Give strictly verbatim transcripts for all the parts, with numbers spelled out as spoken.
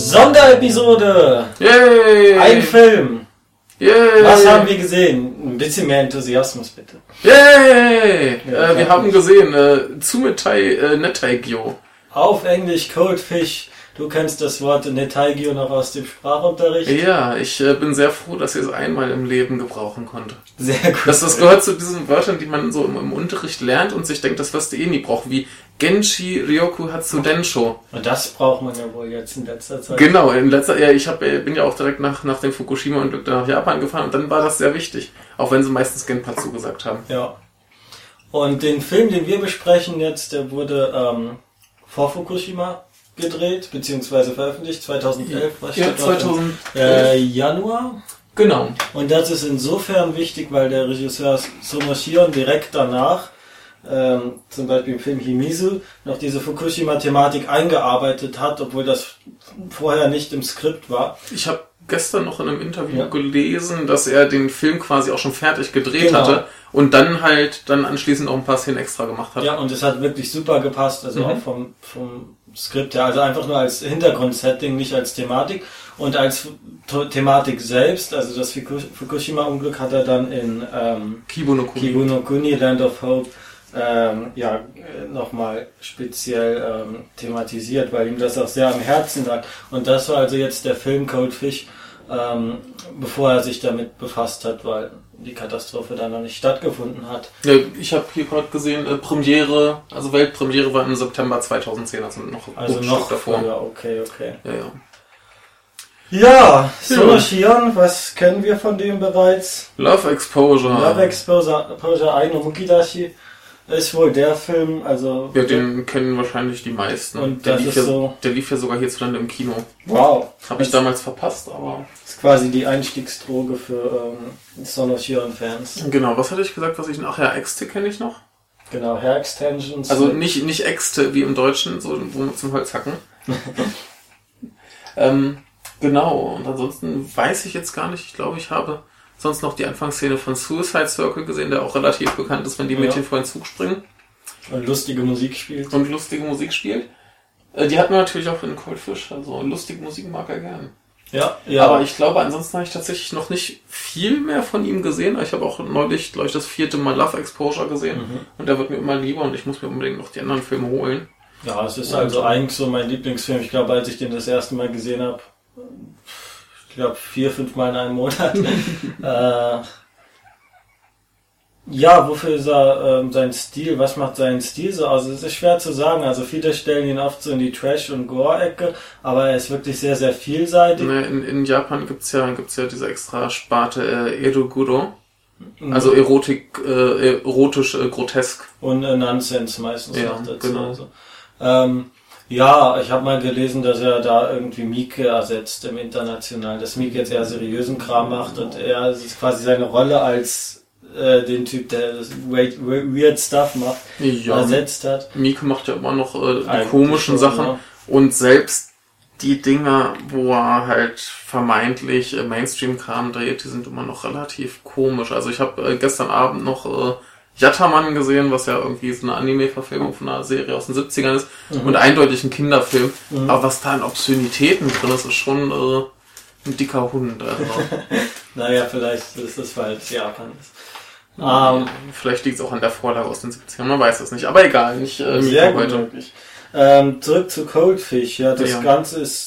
Sonderepisode! Yay! Ein Film! Yay! Was haben wir gesehen? Ein bisschen mehr Enthusiasmus, bitte. Yay! Ja, äh, wir haben gesehen äh, Tsumetai äh, Netaigyo. Auf Englisch Coldfish. Du kennst das Wort Netaigyo noch aus dem Sprachunterricht. Ja, ich äh, bin sehr froh, dass ich es einmal im Leben gebrauchen konnte. Sehr gut. Das, das gehört zu diesen Wörtern, die man so im, im Unterricht lernt und sich denkt, das wirst du eh nie brauchen, wie Genshi Ryoku Hatsudensho. Und das braucht man ja wohl jetzt in letzter Zeit. Genau, in letzter ja, ich hab, bin ja auch direkt nach, nach dem Fukushima-Unglück nach Japan gefahren und dann war das sehr wichtig. Auch wenn sie meistens Genpatsu gesagt haben. Ja. Und den Film, den wir besprechen jetzt, der wurde ähm, vor Fukushima gedreht, beziehungsweise veröffentlicht, zweitausendelf. Was ja, steht zweitausendelf. Äh, Januar. Genau. Und das ist insofern wichtig, weil der Regisseur Sono Shion direkt danach, ähm, zum Beispiel im Film Himizu, noch diese Fukushima-Thematik eingearbeitet hat, obwohl das vorher nicht im Skript war. Ich habe gestern noch in einem Interview ja. gelesen, dass er den Film quasi auch schon fertig gedreht genau. hatte und dann halt dann anschließend auch ein paar Szenen extra gemacht hat. Ja, und es hat wirklich super gepasst, also mhm. auch vom, vom Skript her, also einfach nur als Hintergrundsetting, nicht als Thematik. Und als Thematik selbst, also das Fukushima-Unglück hat er dann in ähm, Kibu no Kuni. Kibu no Kuni, Land of Hope, ähm, ja, nochmal speziell ähm, thematisiert, weil ihm das auch sehr am Herzen lag. Und das war also jetzt der Film Coldfish, ähm, bevor er sich damit befasst hat, weil die Katastrophe da noch nicht stattgefunden hat. Ja, ich habe hier gerade gesehen, äh, Premiere, also Weltpremiere war im September zweitausendzehn, also noch ein also noch davor. Ja, okay, okay. Ja, ja. Ja, Sono Shion, was kennen wir von dem bereits? Love Exposure. Love Exposure Aino Mukidashi ist wohl der Film, also... Ja, den kennen wahrscheinlich die meisten. Und der, das lief ist ja, so der lief ja sogar hierzulande im Kino. Wow. Habe ich damals verpasst, aber... Das ist quasi die Einstiegsdroge für ähm, Sono Shion-Fans. Genau, was hatte ich gesagt, was ich... Ach ja, X-T kenne ich noch. Genau, Hair Extensions. Also nicht, nicht X-T wie im Deutschen, so wo man zum Holz hacken. ähm... Genau, und ansonsten weiß ich jetzt gar nicht, ich glaube, ich habe sonst noch die Anfangsszene von Suicide Circle gesehen, der auch relativ bekannt ist, wenn die Mädchen ja. vor den Zug springen. Und lustige Musik spielt. Und lustige Musik spielt. Die hat man natürlich auch in Coldfish, also lustige Musik mag er gern. Ja, ja. Aber ich glaube, ansonsten habe ich tatsächlich noch nicht viel mehr von ihm gesehen. Ich habe auch neulich, glaube ich, das vierte Mal Love Exposure gesehen. Mhm. Und der wird mir immer lieber und ich muss mir unbedingt noch die anderen Filme holen. Ja, es ist und also eigentlich so mein Lieblingsfilm. Ich glaube, als ich den das erste Mal gesehen habe, ich glaube vier, fünf Mal in einem Monat. äh, ja, wofür ist er ähm, sein Stil? Was macht seinen Stil so aus? Es ist schwer zu sagen. Also viele stellen ihn oft so in die Trash- und Gore-Ecke, aber er ist wirklich sehr, sehr vielseitig. In, in Japan gibt's ja, gibt's ja diese extra Sparte äh, Edoguro. Also Erotik, äh, erotisch, äh, grotesk. Und äh, Nonsense meistens ja, noch dazu. Genau. Also. Ähm, Ja, ich habe mal gelesen, dass er da irgendwie Miike ersetzt im Internationalen, dass Miike jetzt eher seriösen Kram macht und er ist quasi seine Rolle als äh, den Typ, der das weird, weird Stuff macht, ja. ersetzt hat. Miike macht ja immer noch äh, die Eigentlich komischen schon, Sachen ja. Und selbst die Dinger, wo er halt vermeintlich äh, Mainstream-Kram dreht, die sind immer noch relativ komisch. Also ich habe äh, gestern Abend noch äh, Yatterman gesehen, was ja irgendwie so eine Anime-Verfilmung von einer Serie aus den siebzigern ist mhm. und eindeutig ein Kinderfilm. Mhm. Aber was da an Obszönitäten drin ist, ist schon äh, ein dicker Hund. Also. Naja, vielleicht ist das, weil es Japan ist. Ja, um, vielleicht liegt es auch an der Vorlage aus den siebzigern, man weiß es nicht. Aber egal, nicht äh, sehr gut möglich. Ähm, zurück zu Coldfish. Ja, das ja. Ganze ist,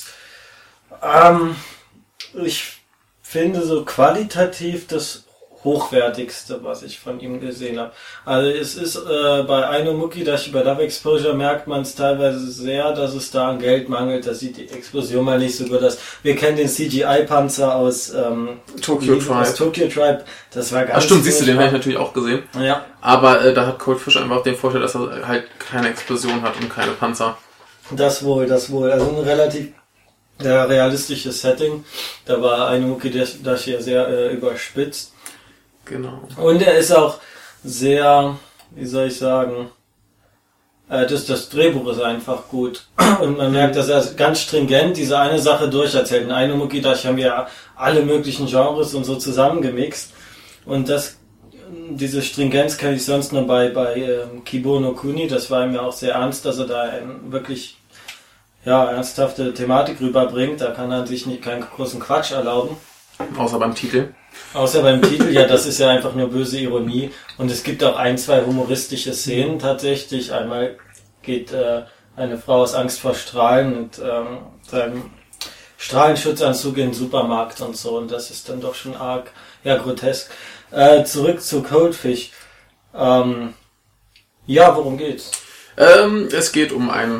ähm, ich finde so qualitativ das hochwertigste, was ich von ihm gesehen habe. Also es ist äh, bei Aino Mukidashi, bei Love Exposure merkt man es teilweise sehr, dass es da an Geld mangelt. Da sieht die Explosion mal nicht so gut aus. Wir kennen den C G I-Panzer aus ähm, Tokyo Tribe. Aus Tokyo Tribe. Das war ganz Ach stimmt, siehst du, den habe ich natürlich auch gesehen. Ja. Aber äh, da hat Coldfish einfach den Vorteil, dass er halt keine Explosion hat und keine Panzer. Das wohl, das wohl. Also ein relativ ja, realistisches Setting. Da war Aino Mukidashi ja sehr äh, überspitzt. Genau. Und er ist auch sehr, wie soll ich sagen, äh, das, das Drehbuch ist einfach gut. Und man merkt, dass er ganz stringent diese eine Sache durcherzählt. In Aino Mukidashi haben wir ja alle möglichen Genres und so zusammengemixt. Und das, diese Stringenz kenne ich sonst nur bei, bei ähm, Kibu no Kuni. Das war ihm ja auch sehr ernst, dass er da einen wirklich ja, ernsthafte Thematik rüberbringt. Da kann er sich nicht keinen großen Quatsch erlauben. Außer beim Titel. Außer beim Titel, ja, das ist ja einfach nur böse Ironie. Und es gibt auch ein, zwei humoristische Szenen tatsächlich. Einmal geht äh, eine Frau aus Angst vor Strahlen mit ähm, seinem Strahlenschutzanzug in den Supermarkt und so. Und das ist dann doch schon arg, ja, grotesk. Äh, zurück zu Cold Fish. Ähm, ja, worum geht's? Ähm, es geht um einen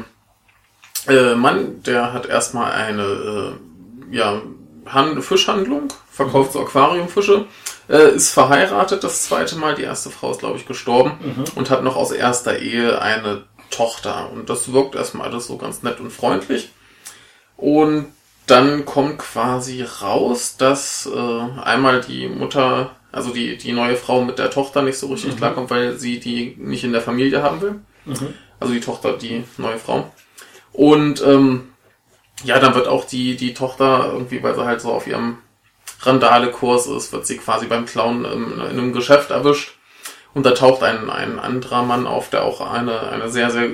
äh, Mann, der hat erstmal eine äh, ja, Hand- Fischhandlung, verkauft so Aquariumfische, äh, ist verheiratet das zweite Mal, die erste Frau ist, glaube ich, gestorben mhm. und hat noch aus erster Ehe eine Tochter. Und das wirkt erstmal alles so ganz nett und freundlich. Und dann kommt quasi raus, dass äh, einmal die Mutter, also die, die neue Frau mit der Tochter nicht so richtig mhm. klarkommt, weil sie die nicht in der Familie haben will. Mhm. Also die Tochter, die neue Frau. Und ähm, ja, dann wird auch die, die Tochter irgendwie, weil sie halt so auf ihrem Randale-Kurs ist, wird sie quasi beim Klauen in, in einem Geschäft erwischt. Und da taucht ein, ein anderer Mann auf, der auch eine, eine sehr, sehr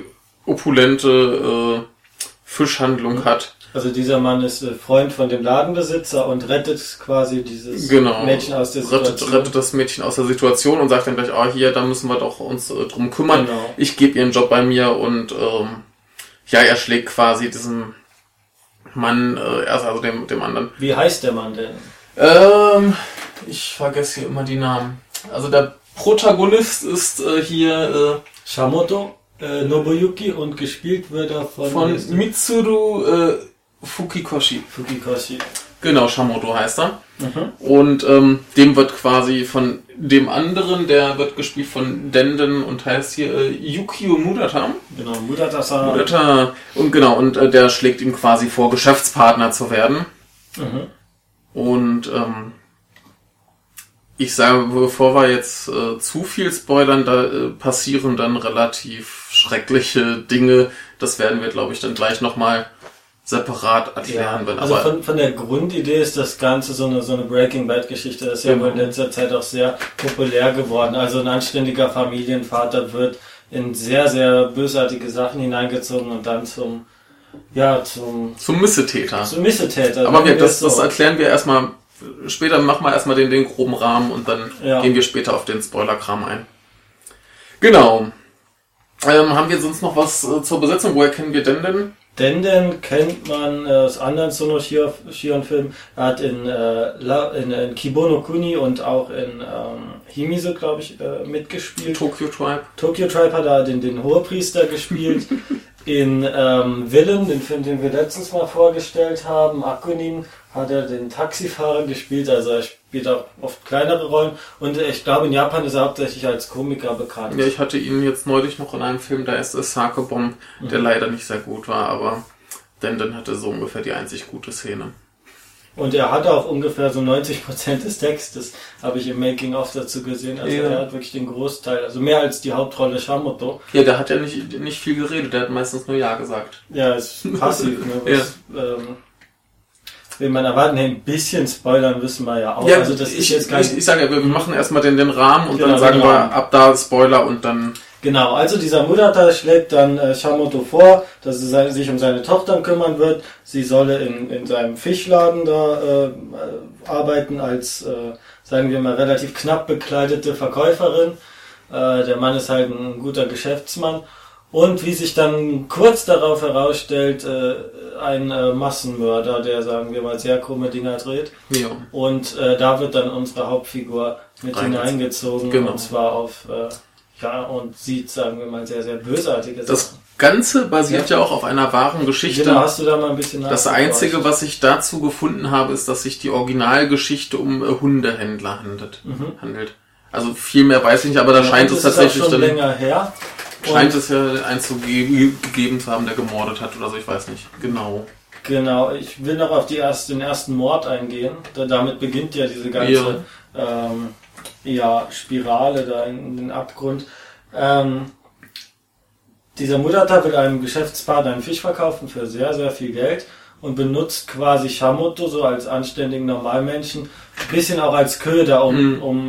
opulente äh, Fischhandlung hat. Also dieser Mann ist äh, Freund von dem Ladenbesitzer und rettet quasi dieses genau. Mädchen aus der Situation. Rettet, rettet das Mädchen aus der Situation und sagt dann gleich, ah, hier, da müssen wir doch uns äh, drum kümmern. Genau. Ich gebe ihren Job bei mir und ähm, ja, er schlägt quasi diesem Mann, äh, erst also dem, dem anderen. Wie heißt der Mann denn? Ähm, ich vergesse hier immer die Namen. Also der Protagonist ist äh, hier äh, Shamoto äh, Nobuyuki und gespielt wird er von, von Mitsuru äh, Fukikoshi. Fukikoshi. Genau, Shamoto heißt er. Mhm. Und ähm, dem wird quasi von dem anderen, der wird gespielt von Denden und heißt hier äh, Yukio Murata. Genau, Murata-san. Murata. Und genau, und äh, der schlägt ihm quasi vor, Geschäftspartner zu werden. Mhm. Und ähm, ich sage, bevor wir jetzt äh, zu viel spoilern, da äh, passieren dann relativ schreckliche Dinge. Das werden wir, glaube ich, dann gleich nochmal separat erklären. Ja, wenn also aber von, von der Grundidee ist das Ganze so eine, so eine Breaking Bad Geschichte. Das ist ja genau. in letzter Zeit auch sehr populär geworden. Also ein anständiger Familienvater wird in sehr, sehr bösartige Sachen hineingezogen und dann zum, ja, zum... Zum Missetäter. Zum Missetäter. Aber wir, das, das erklären wir erstmal, später machen wir erstmal den, den groben Rahmen und dann ja. gehen wir später auf den Spoiler-Kram ein. Genau. Ähm, haben wir sonst noch was äh, zur Besetzung? Woher kennen wir denn denn? Denden kennt man äh, aus anderen Sono-Shion-Filmen. Er hat in, äh, La, in, in Kibono Kuni und auch in ähm, Himiso, glaube ich, äh, mitgespielt. Tokyo Tribe. Tokyo Tribe hat er den, den Hohepriester gespielt. In ähm, Villain, den Film, den wir letztens mal vorgestellt haben, Akunin, hat er den Taxifahrer gespielt. Also er spielt auch oft kleinere Rollen. Und ich glaube, in Japan ist er hauptsächlich als Komiker bekannt. Ja, ich hatte ihn jetzt neulich noch in einem Film, da ist es Sake Bomb, der mhm. leider nicht sehr gut war, aber Denden hatte so ungefähr die einzig gute Szene. Und er hatte auch ungefähr so neunzig Prozent des Textes, habe ich im Making-of dazu gesehen. Also ja. er hat wirklich den Großteil, also mehr als die Hauptrolle Shamoto. Ja, der hat ja nicht, nicht viel geredet, der hat meistens nur Ja gesagt. Ja, ist passiv. Ne, was, ja. ähm, will man erwarten, hey, ein bisschen spoilern wissen wir ja auch. Ja, also das ich, ist jetzt gar ich, ich sage ja, wir machen erstmal den, den Rahmen und genau, dann sagen genau. wir ab da Spoiler und dann... Genau, also dieser Murata schlägt dann äh, Shamoto vor, dass er sich um seine Tochter kümmern wird. Sie solle in, in seinem Fischladen da äh, arbeiten als, äh, sagen wir mal, relativ knapp bekleidete Verkäuferin. Äh, der Mann ist halt ein guter Geschäftsmann. Und wie sich dann kurz darauf herausstellt, äh, ein äh, Massenmörder, der, sagen wir mal, sehr krumme Dinger dreht. Ja. Und äh, da wird dann unsere Hauptfigur mit hineingezogen, genau. und zwar auf... Äh, Ja, und sieht, sagen wir mal, sehr, sehr bösartige Sachen. Das Ganze basiert ja. ja auch auf einer wahren Geschichte. Genau, hast du da mal ein bisschen Das Einzige, was ich dazu gefunden habe, ist, dass sich die Originalgeschichte um äh, Hundehändler handelt. Mhm. handelt. Also viel mehr weiß ich nicht, aber da ja, scheint es tatsächlich schon dann... länger her. Scheint es ja einen zu ge- gegeben zu haben, der gemordet hat oder so, ich weiß nicht. Genau. Genau, ich will noch auf die erste, den ersten Mord eingehen. Da, damit beginnt ja diese ganze... Ja. Ähm, ja, Spirale da in den Abgrund. Ähm, dieser Murata will einem Geschäftspartner einen Fisch verkaufen für sehr, sehr viel Geld und benutzt quasi Shamoto so als anständigen Normalmenschen, ein bisschen auch als Köder, um, mhm. um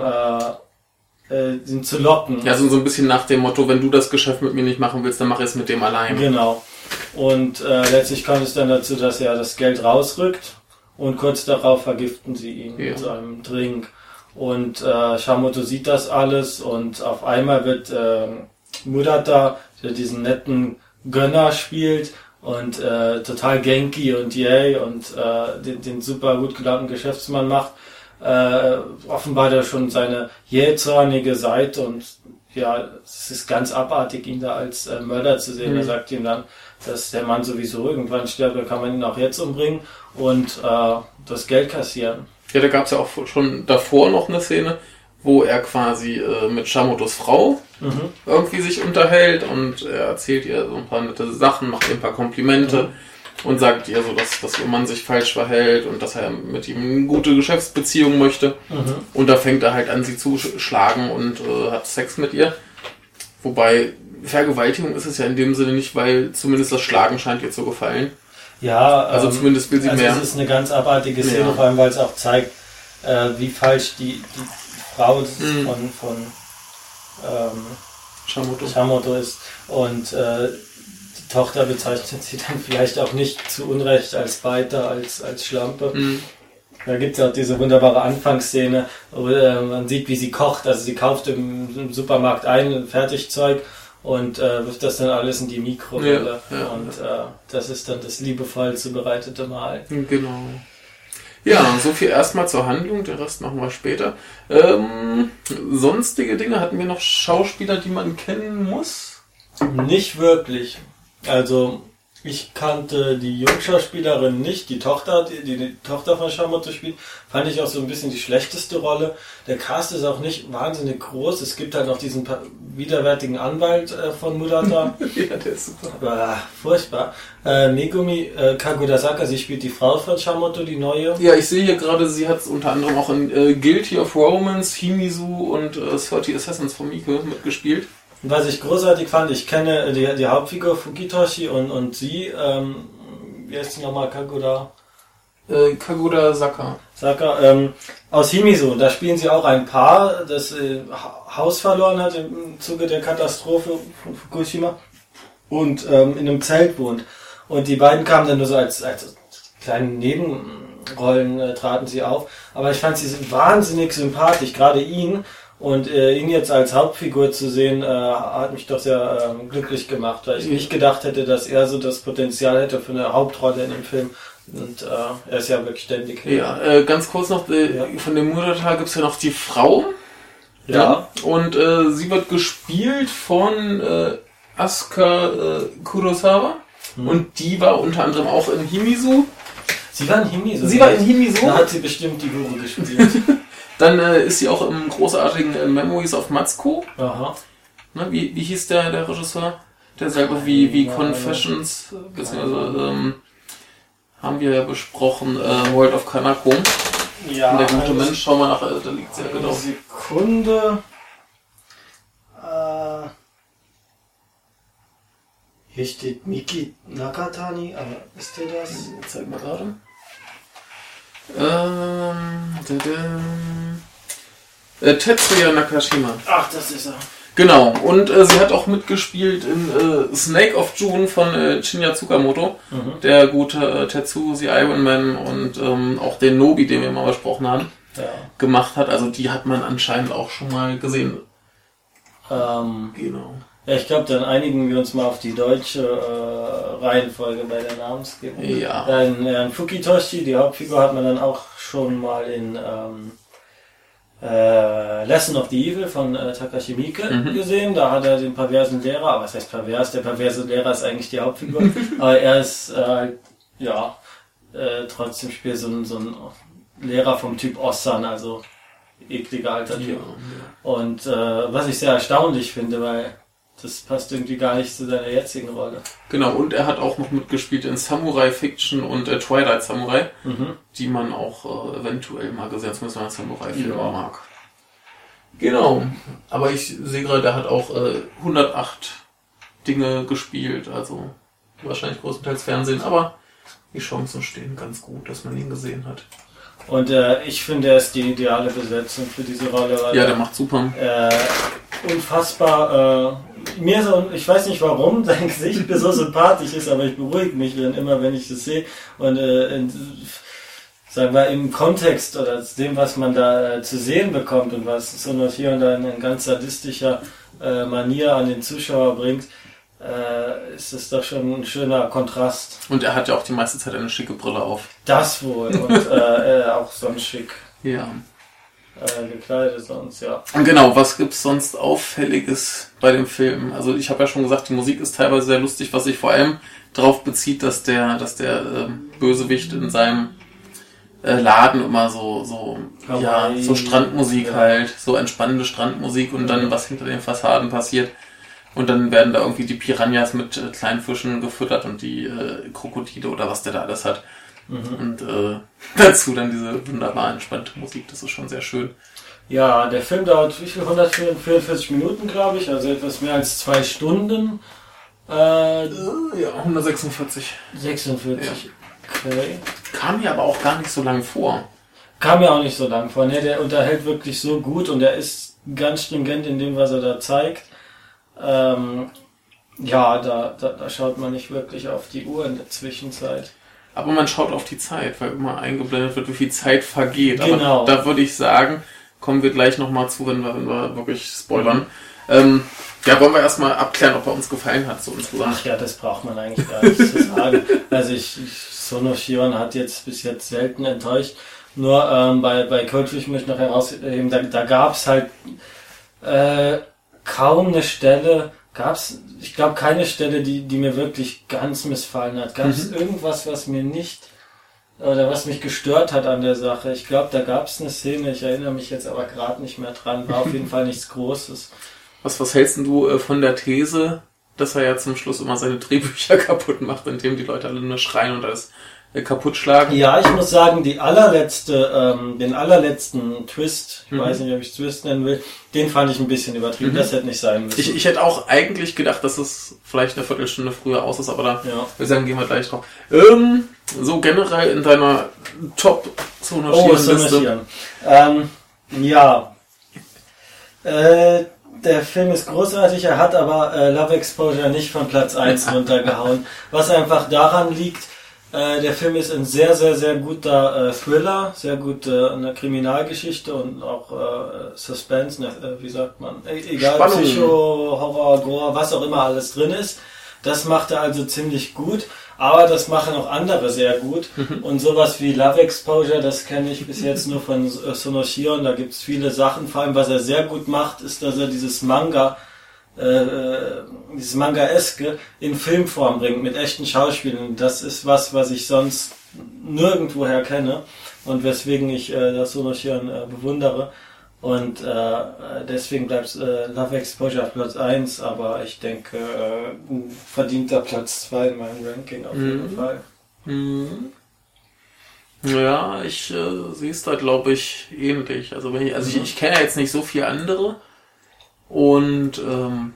äh, äh, ihn zu locken. Ja, so, so ein bisschen nach dem Motto, wenn du das Geschäft mit mir nicht machen willst, dann mach ich es mit dem allein. Genau. Und äh, letztlich kommt es dann dazu, dass er das Geld rausrückt und kurz darauf vergiften sie ihn ja. mit einem Drink. Und äh, Shamoto sieht das alles und auf einmal wird äh, Murata, der diesen netten Gönner spielt und äh, total Genki und yay und äh, den, den super gut gelaunten Geschäftsmann macht, äh, offenbart er schon seine jähzornige Seite und ja, es ist ganz abartig, ihn da als äh, Mörder zu sehen. Mhm. Er sagt ihm dann, dass der Mann sowieso irgendwann stirbt, da kann man ihn auch jetzt umbringen und äh, das Geld kassieren. Ja, da gab es ja auch schon davor noch eine Szene, wo er quasi äh, mit Shamotos Frau mhm. irgendwie sich unterhält und er erzählt ihr so ein paar nette Sachen, macht ihr ein paar Komplimente mhm. und sagt ihr so, dass, dass ihr Mann sich falsch verhält und dass er mit ihm eine gute Geschäftsbeziehung möchte. Mhm. Und da fängt er halt an, sie zu schlagen und äh, hat Sex mit ihr. Wobei Vergewaltigung ist es ja in dem Sinne nicht, weil zumindest das Schlagen scheint ihr zu gefallen. Ja, also ähm, zumindest will sie also mehr. Es ist eine ganz abartige Szene, ja. vor allem weil es auch zeigt, äh, wie falsch die, die Frau mhm. von, von ähm, Shamoto. Shamoto ist. Und äh, die Tochter bezeichnet sie dann vielleicht auch nicht zu Unrecht als Beiter, als, als Schlampe. Mhm. Da gibt es ja auch diese wunderbare Anfangsszene, wo äh, man sieht, wie sie kocht. Also sie kauft im, im Supermarkt ein Fertigzeug und äh, wirft das dann alles in die Mikrowelle. Ja, ja, und ja. Äh, das ist dann das liebevoll zubereitete Mahl. Genau. Ja, so viel erstmal zur Handlung, den Rest machen wir später. Ähm, sonstige Dinge, hatten wir noch Schauspieler, die man kennen muss? Nicht wirklich. Also ich kannte die Jungschauspielerin nicht, die Tochter, die, die die Tochter von Shamoto spielt, fand ich auch so ein bisschen die schlechteste Rolle. Der Cast ist auch nicht wahnsinnig groß. Es gibt halt noch diesen widerwärtigen Anwalt äh, von Murata. Ja, der ist super. Aber furchtbar. Äh, Megumi äh, Kagudasaka, sie spielt die Frau von Shamoto, die neue. Ja, ich sehe hier gerade, sie hat unter anderem auch in äh, Guilty of Romance, Himizu und äh, thirty Assassins von Mike mitgespielt. Was ich großartig fand, ich kenne die, die Hauptfigur Fukitoshi und, und sie, ähm, wie heißt sie nochmal, Kaguda? Äh, Kaguda Saka. Saka, ähm, aus Himizu, da spielen sie auch ein Paar, das äh, Haus verloren hat im Zuge der Katastrophe von Fukushima und ähm, in einem Zelt wohnt. Und die beiden kamen dann nur so als, als kleine Nebenrollen, äh, traten sie auf, aber ich fand sie wahnsinnig sympathisch, gerade ihn. Und äh, ihn jetzt als Hauptfigur zu sehen, äh, hat mich doch sehr äh, glücklich gemacht, weil ich nicht gedacht hätte, dass er so das Potenzial hätte für eine Hauptrolle in dem Film. Und äh, er ist ja wirklich ständig. Ja, äh, ganz kurz noch, äh, ja. von dem Murata gibt es ja noch die Frau. Ja. ja. Und äh, sie wird gespielt von äh, Asuka äh, Kurosawa. Hm. Und die war unter anderem auch in Himizu. Sie war in Himizu? Sie war in Himizu. Da hat sie bestimmt die Guru gespielt. Dann äh, ist sie auch im großartigen äh, Memories of Matsuko. Aha. Ne, wie, wie hieß der, der Regisseur? Der selber wie, wie Confessions, beziehungsweise ähm, haben wir ja besprochen, äh, World of Kanako. Ja. Und der gute Mensch, schau mal nach, äh, da liegt sehr genau. Sekunde. Äh, hier steht Miki Nakatani, aber ist der das? Zeig mal gerade. Ähm, äh, Tetsuya Nakashima. Ach, das ist er. Genau, und äh, sie hat auch mitgespielt in äh, Snake of June von äh, Shinya Tsukamoto, mhm. der gute äh, Tetsuya the Iron Man und ähm, auch den Nobi, den wir mal besprochen haben, ja. gemacht hat. Also die hat man anscheinend auch schon mal gesehen. Ähm, genau. Ja, ich glaube, dann einigen wir uns mal auf die deutsche äh, Reihenfolge bei der Namensgebung. Ja. Dann äh, Fukitoshi, die Hauptfigur, hat man dann auch schon mal in ähm, äh, Lesson of the Evil von äh, Takashi Miike mhm. gesehen. Da hat er den perversen Lehrer, aber was heißt pervers? Der perverse Lehrer ist eigentlich die Hauptfigur. Aber er ist, äh, ja, äh, trotzdem spielt so ein, so ein Lehrer vom Typ Ossan, also ekliger alter Typ. Ja, ja. Und äh, was ich sehr erstaunlich finde, weil das passt irgendwie gar nicht zu seiner jetzigen Rolle. Genau, und er hat auch noch mitgespielt in Samurai Fiction und äh, Twilight Samurai, mhm. die man auch äh, eventuell mal gesehen hat, zumindest wenn man Samurai-Filme ja. mag. Genau, aber ich sehe gerade, er hat auch äh, hundertacht Dinge gespielt, also wahrscheinlich größtenteils Fernsehen, aber die Chancen stehen ganz gut, dass man ihn gesehen hat. Und äh, ich finde, er ist die ideale Besetzung für diese Rolle. Weil ja, der macht super. Äh, unfassbar äh, mir so, ich weiß nicht warum, sein Gesicht mir so sympathisch ist, aber ich beruhige mich dann immer, wenn ich das sehe. Und äh, in, sagen wir im Kontext oder dem, was man da äh, zu sehen bekommt und was Sonos hier und da in ganz sadistischer äh, Manier an den Zuschauer bringt, äh, ist das doch schon ein schöner Kontrast. Und er hat ja auch die meiste Zeit eine schicke Brille auf. Das wohl. Und äh, äh, auch sonst schick. Ja. Äh, gekleidet sonst, ja. Genau, was gibt's sonst Auffälliges bei dem Film? Also ich habe ja schon gesagt, die Musik ist teilweise sehr lustig, was sich vor allem darauf bezieht, dass der, dass der äh, Bösewicht in seinem äh, Laden immer so, so, ja, so Strandmusik ja. halt, so entspannende Strandmusik und dann was hinter den Fassaden passiert. Und dann werden da irgendwie die Piranhas mit äh, kleinen Fischen gefüttert und die äh, Krokodile oder was der da alles hat. Mhm. Und äh, dazu dann diese wunderbar entspannte Musik, das ist schon sehr schön. Ja, der Film dauert wie viel? hundertvierundvierzig Minuten, glaube ich, also etwas mehr als zwei Stunden. Äh, ja, hundertsechsundvierzig. sechsundvierzig, ja. Okay. Kam mir aber auch gar nicht so lang vor. Kam mir auch nicht so lang vor, ne? Der unterhält wirklich so gut und er ist ganz stringent in dem, was er da zeigt. Ähm, ja, da, da, da schaut man nicht wirklich auf die Uhr in der Zwischenzeit. Aber man schaut auf die Zeit, weil immer eingeblendet wird, wie viel Zeit vergeht. Genau. Aber da würde ich sagen, kommen wir gleich nochmal zu, wenn wir, wenn wir wirklich spoilern. Mhm. Ähm, ja, wollen wir erstmal abklären, ob er uns gefallen hat, so insgesamt. Ach ja, das braucht man eigentlich gar nicht zu sagen. Also ich, ich Sonos Shion hat jetzt bis jetzt selten enttäuscht. Nur ähm, bei, bei Coldfish möchte ich noch herausheben, da, da gab es halt äh, kaum eine Stelle, gab's, ich glaube keine Stelle, die, die mir wirklich ganz missfallen hat. Gab es mhm. irgendwas, was mir nicht, oder was mich gestört hat an der Sache? Ich glaube, da gab es eine Szene, ich erinnere mich jetzt aber gerade nicht mehr dran, war auf jeden Fall nichts Großes. Was, was hältst denn du äh, von der These, dass er ja zum Schluss immer seine Drehbücher kaputt macht, indem die Leute alle nur schreien und alles äh, kaputt schlagen? Ja, ich muss sagen, die allerletzte, ähm, den allerletzten Twist, ich mhm. weiß nicht, ob ich es Twist nennen will, den fand ich ein bisschen übertrieben. Mhm. Das hätte nicht sein müssen. Ich, ich hätte auch eigentlich gedacht, dass es vielleicht eine Viertelstunde früher aus ist, aber da ja. würde ich sagen, gehen wir gleich drauf. Ähm, so generell in deiner Top-Sonoschieren-Liste. Oh, ähm, ja. Äh, der Film ist großartig, er hat aber äh, Love Exposure nicht von Platz eins runtergehauen. Was einfach daran liegt, äh, der Film ist ein sehr, sehr, sehr guter äh, Thriller, sehr gut äh, eine Kriminalgeschichte und auch äh, Suspense, ne, äh, wie sagt man, e egal, Spannung. Psycho, Horror, Gore, was auch immer alles drin ist. Das macht er also ziemlich gut, aber das machen auch andere sehr gut. Und sowas wie Love Exposure, das kenne ich bis jetzt nur von äh, Sonos Shion, da gibt's viele Sachen. Vor allem, was er sehr gut macht, ist, dass er dieses Manga, äh, dieses Manga-eske in Filmform bringt, mit echten Schauspielern. Das ist was, was ich sonst nirgendwoher kenne und weswegen ich äh, das Sonos Shion äh, bewundere. Und äh, deswegen bleibt äh, Love Exposure auf Platz eins, aber ich denke, äh, ein verdienter Platz zwei in meinem Ranking auf jeden mhm. Fall. Mhm. Ja, ich äh, sehe es da, glaube ich, ähnlich. Also, wenn ich, also mhm. ich, ich kenne jetzt nicht so viele andere und ähm,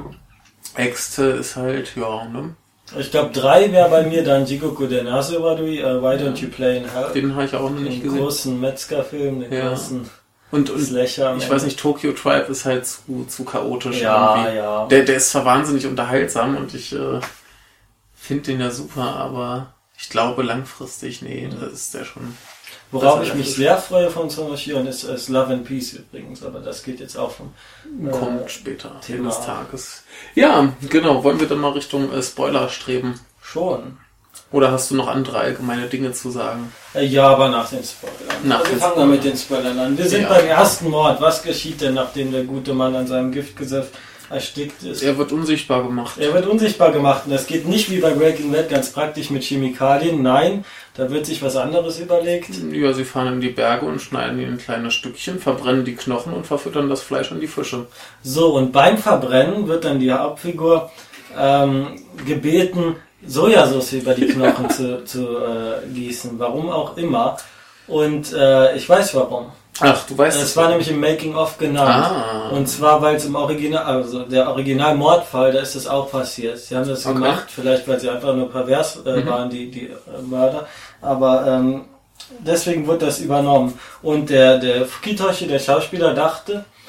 Exte ist halt, ja, ne? Ich glaube, drei wäre bei mir dann Jigoku Denasu Wadui, uh, Why Don't You Play in Hell? Den habe ich auch noch nicht den gesehen. Den großen Metzger-Film, den ja. großen... Und, und ich Ende. weiß nicht, Tokyo Tribe ist halt zu, zu chaotisch. Ja, irgendwie. ja. Der, der ist zwar wahnsinnig unterhaltsam und ich äh, finde den ja super, aber ich glaube langfristig, nee, mhm. das ist der schon... Worauf ich mich sehr freue von Sonos Shion ist, ist Love and Peace übrigens, aber das geht jetzt auch vom äh, Kommt später, Thema des Tages. Ja, genau, wollen wir dann mal Richtung äh, Spoiler streben? Schon. Oder hast du noch andere allgemeine Dinge zu sagen? Ja, aber nach den Spoilern. Nach also den wir fangen Spoilern. wir mit den Spoilern an. Wir sind ja. beim ersten Mord. Was geschieht denn, nachdem der gute Mann an seinem Giftgesöff erstickt ist? Er wird unsichtbar gemacht. Er wird unsichtbar gemacht. Und das geht nicht wie bei Breaking Bad ganz praktisch mit Chemikalien. Nein, da wird sich was anderes überlegt. Ja, sie fahren in die Berge und schneiden ihn in kleine Stückchen, verbrennen die Knochen und verfüttern das Fleisch an die Fische. So, und beim Verbrennen wird dann die Hauptfigur ähm, gebeten, Sojasauce über die Knochen zu, zu äh, gießen, warum auch immer. Und äh, ich weiß warum. Ach, du weißt es. Es war nämlich im Making-of genannt. Ah. Und zwar, weil es im Original, also der Original-Mordfall, da ist das auch passiert. Sie haben das okay. gemacht, vielleicht weil sie einfach nur pervers äh, mhm. waren, die, die äh, Mörder. Aber ähm, deswegen wurde das übernommen. Und der, der Fukitoshi, der Schauspieler, dachte,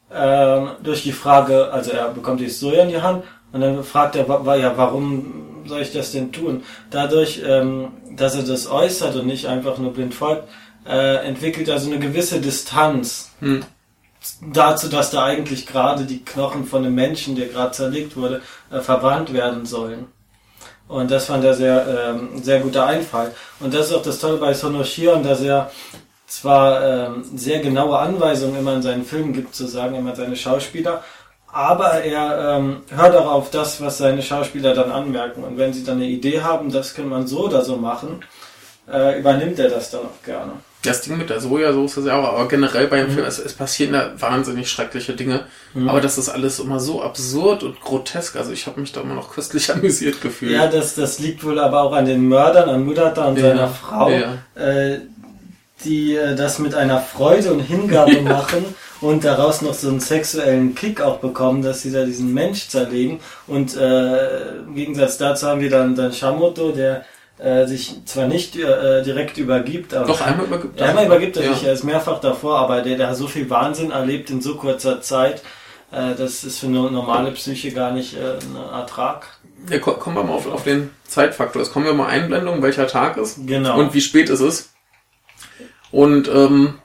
ähm, durch die Frage, also er bekommt die Soja in die Hand und dann fragt er, wa- ja, warum soll ich das denn tun? Dadurch, ähm, dass er das äußert und nicht einfach nur blind folgt, äh, entwickelt er so eine gewisse Distanz hm. dazu, dass da eigentlich gerade die Knochen von einem Menschen, der gerade zerlegt wurde, äh, verbrannt werden sollen. Und das fand er sehr, ähm, sehr guter Einfall. Und das ist auch das Tolle bei Sonoshion, dass er zwar ähm, sehr genaue Anweisungen immer in seinen Filmen gibt, zu sagen, immer seine Schauspieler, aber er ähm, hört auch auf das, was seine Schauspieler dann anmerken. Und wenn sie dann eine Idee haben, das kann man so oder so machen, äh, übernimmt er das dann auch gerne. Das Ding mit der Sojasauce ist ja auch, aber generell bei dem mhm. Film, es, es passieren da wahnsinnig schreckliche Dinge, mhm. aber das ist alles immer so absurd und grotesk, also ich habe mich da immer noch köstlich amüsiert gefühlt. Ja, das, das liegt wohl aber auch an den Mördern, an Murata und ja, seiner Frau, ja. äh, die äh, das mit einer Freude und Hingabe machen und daraus noch so einen sexuellen Kick auch bekommen, dass sie da diesen Mensch zerlegen. Und äh, im Gegensatz dazu haben wir dann, dann Shamoto, der äh, sich zwar nicht äh, direkt übergibt, aber doch einmal übergibt er. Einmal übergibt er ja. sich, er ist mehrfach davor, aber der, der so viel Wahnsinn erlebt in so kurzer Zeit, äh, das ist für eine normale Psyche gar nicht äh, ein Ertrag. Ja, kommen wir mal auf, auf den Zeitfaktor. Es kommen wir mal Einblendung, welcher Tag ist genau. und wie spät es ist. Und ähm,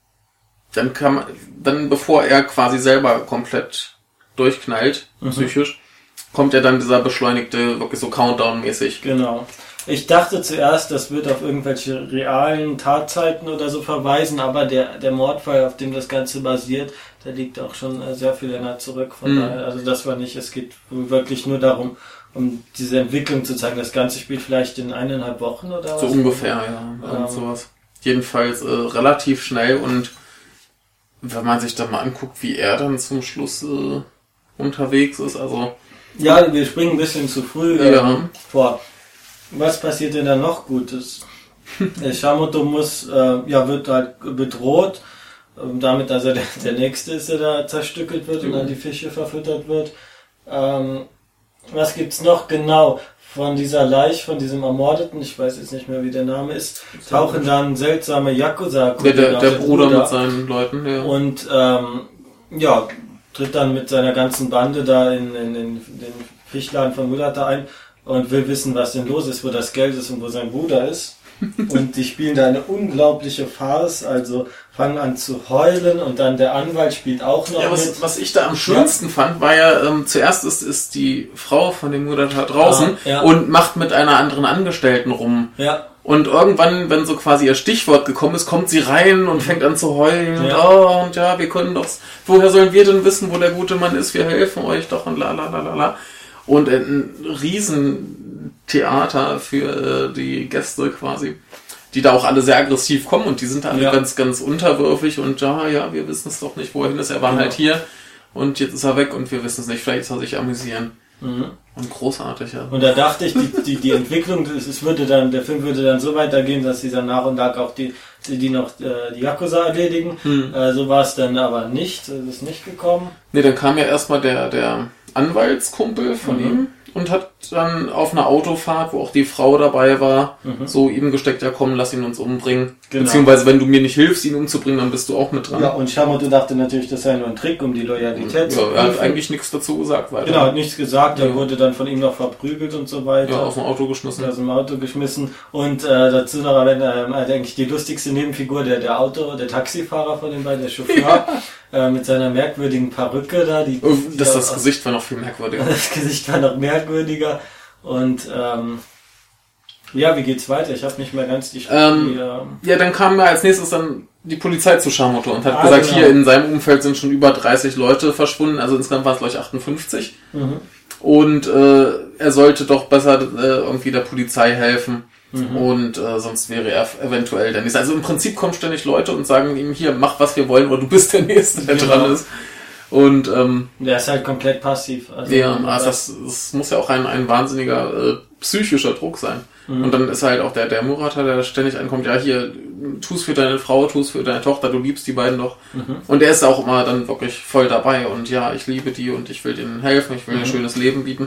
dann kann man, dann bevor er quasi selber komplett durchknallt, mhm. psychisch, kommt ja dann dieser beschleunigte, wirklich so Countdown-mäßig. Genau. Ich dachte zuerst, das wird auf irgendwelche realen Tatzeiten oder so verweisen, aber der, der Mordfall, auf dem das Ganze basiert, der liegt auch schon sehr viel länger zurück. Von mhm. daher, also das war nicht, es geht wirklich nur darum, um diese Entwicklung zu zeigen. Das Ganze spielt vielleicht in eineinhalb Wochen oder was? So ungefähr, ja. Ähm, sowas. Jedenfalls äh, relativ schnell und wenn man sich dann mal anguckt, wie er dann zum Schluss äh, unterwegs ist, also... Ja, wir springen ein bisschen zu früh äh, ja. vor. Was passiert denn da noch Gutes? Shamoto muss, äh, ja, wird halt bedroht, äh, damit, dass er der, der Nächste ist, der da zerstückelt wird mhm. und an die Fische verfüttert wird. Ähm, was gibt's noch genau? Von dieser Leiche, von diesem Ermordeten, ich weiß jetzt nicht mehr, wie der Name ist, tauchen dann seltsame Yakuza. Der, der, der, der Bruder, Bruder mit seinen Leuten, ja. Und, ähm, ja, tritt dann mit seiner ganzen Bande da in, in, in den Fischladen von Murata ein und will wissen, was denn los ist, wo das Geld ist und wo sein Bruder ist. Und die spielen da eine unglaubliche Farce, also fangen an zu heulen und dann der Anwalt spielt auch noch ja, was, mit. Was ich da am schönsten ja. fand, war ja, ähm, zuerst ist, ist die Frau von dem Murata draußen ja, ja. und macht mit einer anderen Angestellten rum. Ja. Und irgendwann, wenn so quasi ihr Stichwort gekommen ist, kommt sie rein und fängt an zu heulen. Ja. Und, oh, und ja, wir können doch, woher sollen wir denn wissen, wo der gute Mann ist? Wir helfen euch doch und la la la la la. Und ein Riesentheater für äh, die Gäste quasi, die da auch alle sehr aggressiv kommen und die sind da alle ja. ganz, ganz unterwürfig und ja, ja, wir wissen es doch nicht, wo er hin ist. Er war ja. halt hier und jetzt ist er weg und wir wissen es nicht. Vielleicht soll er sich amüsieren. Mhm. Und großartig, ja. Und da dachte ich, die, die, die Entwicklung, es würde dann, der Film würde dann so weitergehen, dass sie dann nach und nach auch die, die noch äh, die Yakuza erledigen. Mhm. Äh, so war es dann aber nicht, es ist nicht gekommen. Nee, dann kam ja erstmal der, der Anwaltskumpel von mhm. ihm und hat dann auf einer Autofahrt, wo auch die Frau dabei war, mhm. so ihm gesteckt, ja komm, lass ihn uns umbringen. Genau. Beziehungsweise wenn du mir nicht hilfst, ihn umzubringen, dann bist du auch mit dran. Ja, und Shamoto dachte natürlich, das sei nur ein Trick, um die Loyalität zu ja, er hat eigentlich nichts dazu gesagt. Weiter. Genau, hat nichts gesagt, er ja. wurde dann von ihm noch verprügelt und so weiter. Ja, aus dem Auto geschmissen. Aus dem Auto geschmissen. Und äh, dazu noch, aber äh, eigentlich die lustigste Nebenfigur, der, der Auto, der Taxifahrer von den beiden, der Chauffeur, ja. äh, mit seiner merkwürdigen Perücke da. Die, die das, das Gesicht war noch viel merkwürdiger. Das Gesicht war noch merkwürdiger. Und ähm, ja, wie geht's weiter? Ich habe nicht mehr ganz die, ähm, die ähm, Ja, dann kam ja als nächstes dann die Polizei zu Shamoto und hat ah, gesagt, genau. hier in seinem Umfeld sind schon über dreißig Leute verschwunden, also insgesamt waren es glaube ich achtundfünfzig. Mhm. Und äh, er sollte doch besser äh, irgendwie der Polizei helfen. Mhm. Und äh, sonst wäre er eventuell der Nächste. Also im Prinzip kommen ständig Leute und sagen ihm, hier, mach was wir wollen, oder du bist der Nächste, der genau. dran ist. Und ähm, der ist halt komplett passiv. Also ja, also das, das muss ja auch ein, ein wahnsinniger äh, psychischer Druck sein. Mhm. Und dann ist halt auch der, der Murata, der ständig ankommt, ja hier, tu's für deine Frau, tu's für deine Tochter, du liebst die beiden doch. Mhm. Und der ist auch immer dann wirklich voll dabei und ja, ich liebe die und ich will denen helfen, ich will mhm. ein schönes Leben bieten.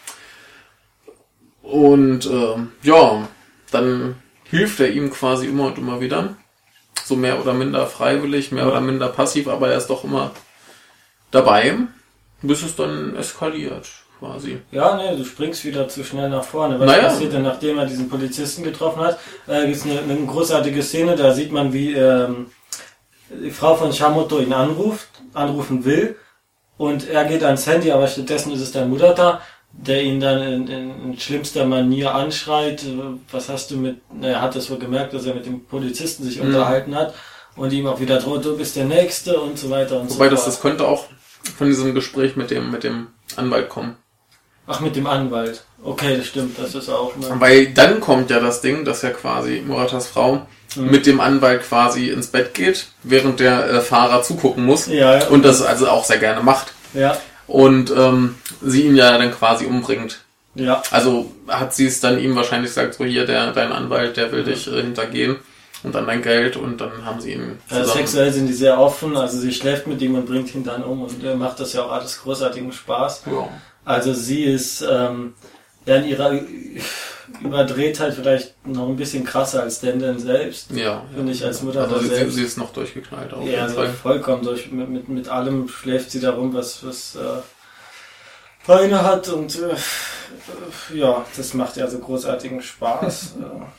Und äh, ja, dann hilft er ihm quasi immer und immer wieder. So mehr oder minder freiwillig, mehr mhm. oder minder passiv, aber er ist doch immer dabei, bis es dann eskaliert, quasi. Ja, ne, du springst wieder zu schnell nach vorne. Was naja. passiert denn, nachdem er diesen Polizisten getroffen hat? Äh, gibt es eine, eine großartige Szene, da sieht man, wie ähm, die Frau von Shamoto ihn anruft, anrufen will, und er geht ans Handy, aber stattdessen ist es der Murata, der ihn dann in, in, in schlimmster Manier anschreit. Was hast du mit... Er hat das wohl gemerkt, dass er mit dem Polizisten sich mhm. unterhalten hat und ihm auch wieder droht, du bist der Nächste und so weiter und Wobei so fort. das, das könnte auch von diesem Gespräch mit dem, mit dem Anwalt kommen. Ach, mit dem Anwalt. Okay, das stimmt, das ist auch... Ne. Weil dann kommt ja das Ding, dass ja quasi Muratas Frau mhm. mit dem Anwalt quasi ins Bett geht, während der äh, Fahrer zugucken muss. Ja, ja. Und das also auch sehr gerne macht. Ja. Und ähm, sie ihn ja dann quasi umbringt. Ja. Also hat sie es dann ihm wahrscheinlich gesagt, so hier, der dein Anwalt, der will mhm. dich äh, hintergehen und dann dein Geld, und dann haben sie ihn zusammen. Ja, sexuell sind die sehr offen, also sie schläft mit ihm und bringt ihn dann um, und er macht das ja auch alles großartigen Spaß. Ja. Also sie ist ähm, ja in ihrer Überdrehtheit vielleicht noch ein bisschen krasser als Denden selbst. Ja. Finde ich als Mutter also da sie, selbst. Sie ist noch durchgeknallt. Auf ja, jeden also Fall. vollkommen durch. Mit, mit, mit allem schläft sie darum, was, was äh, Beine hat, und äh, ja, das macht ja so großartigen Spaß.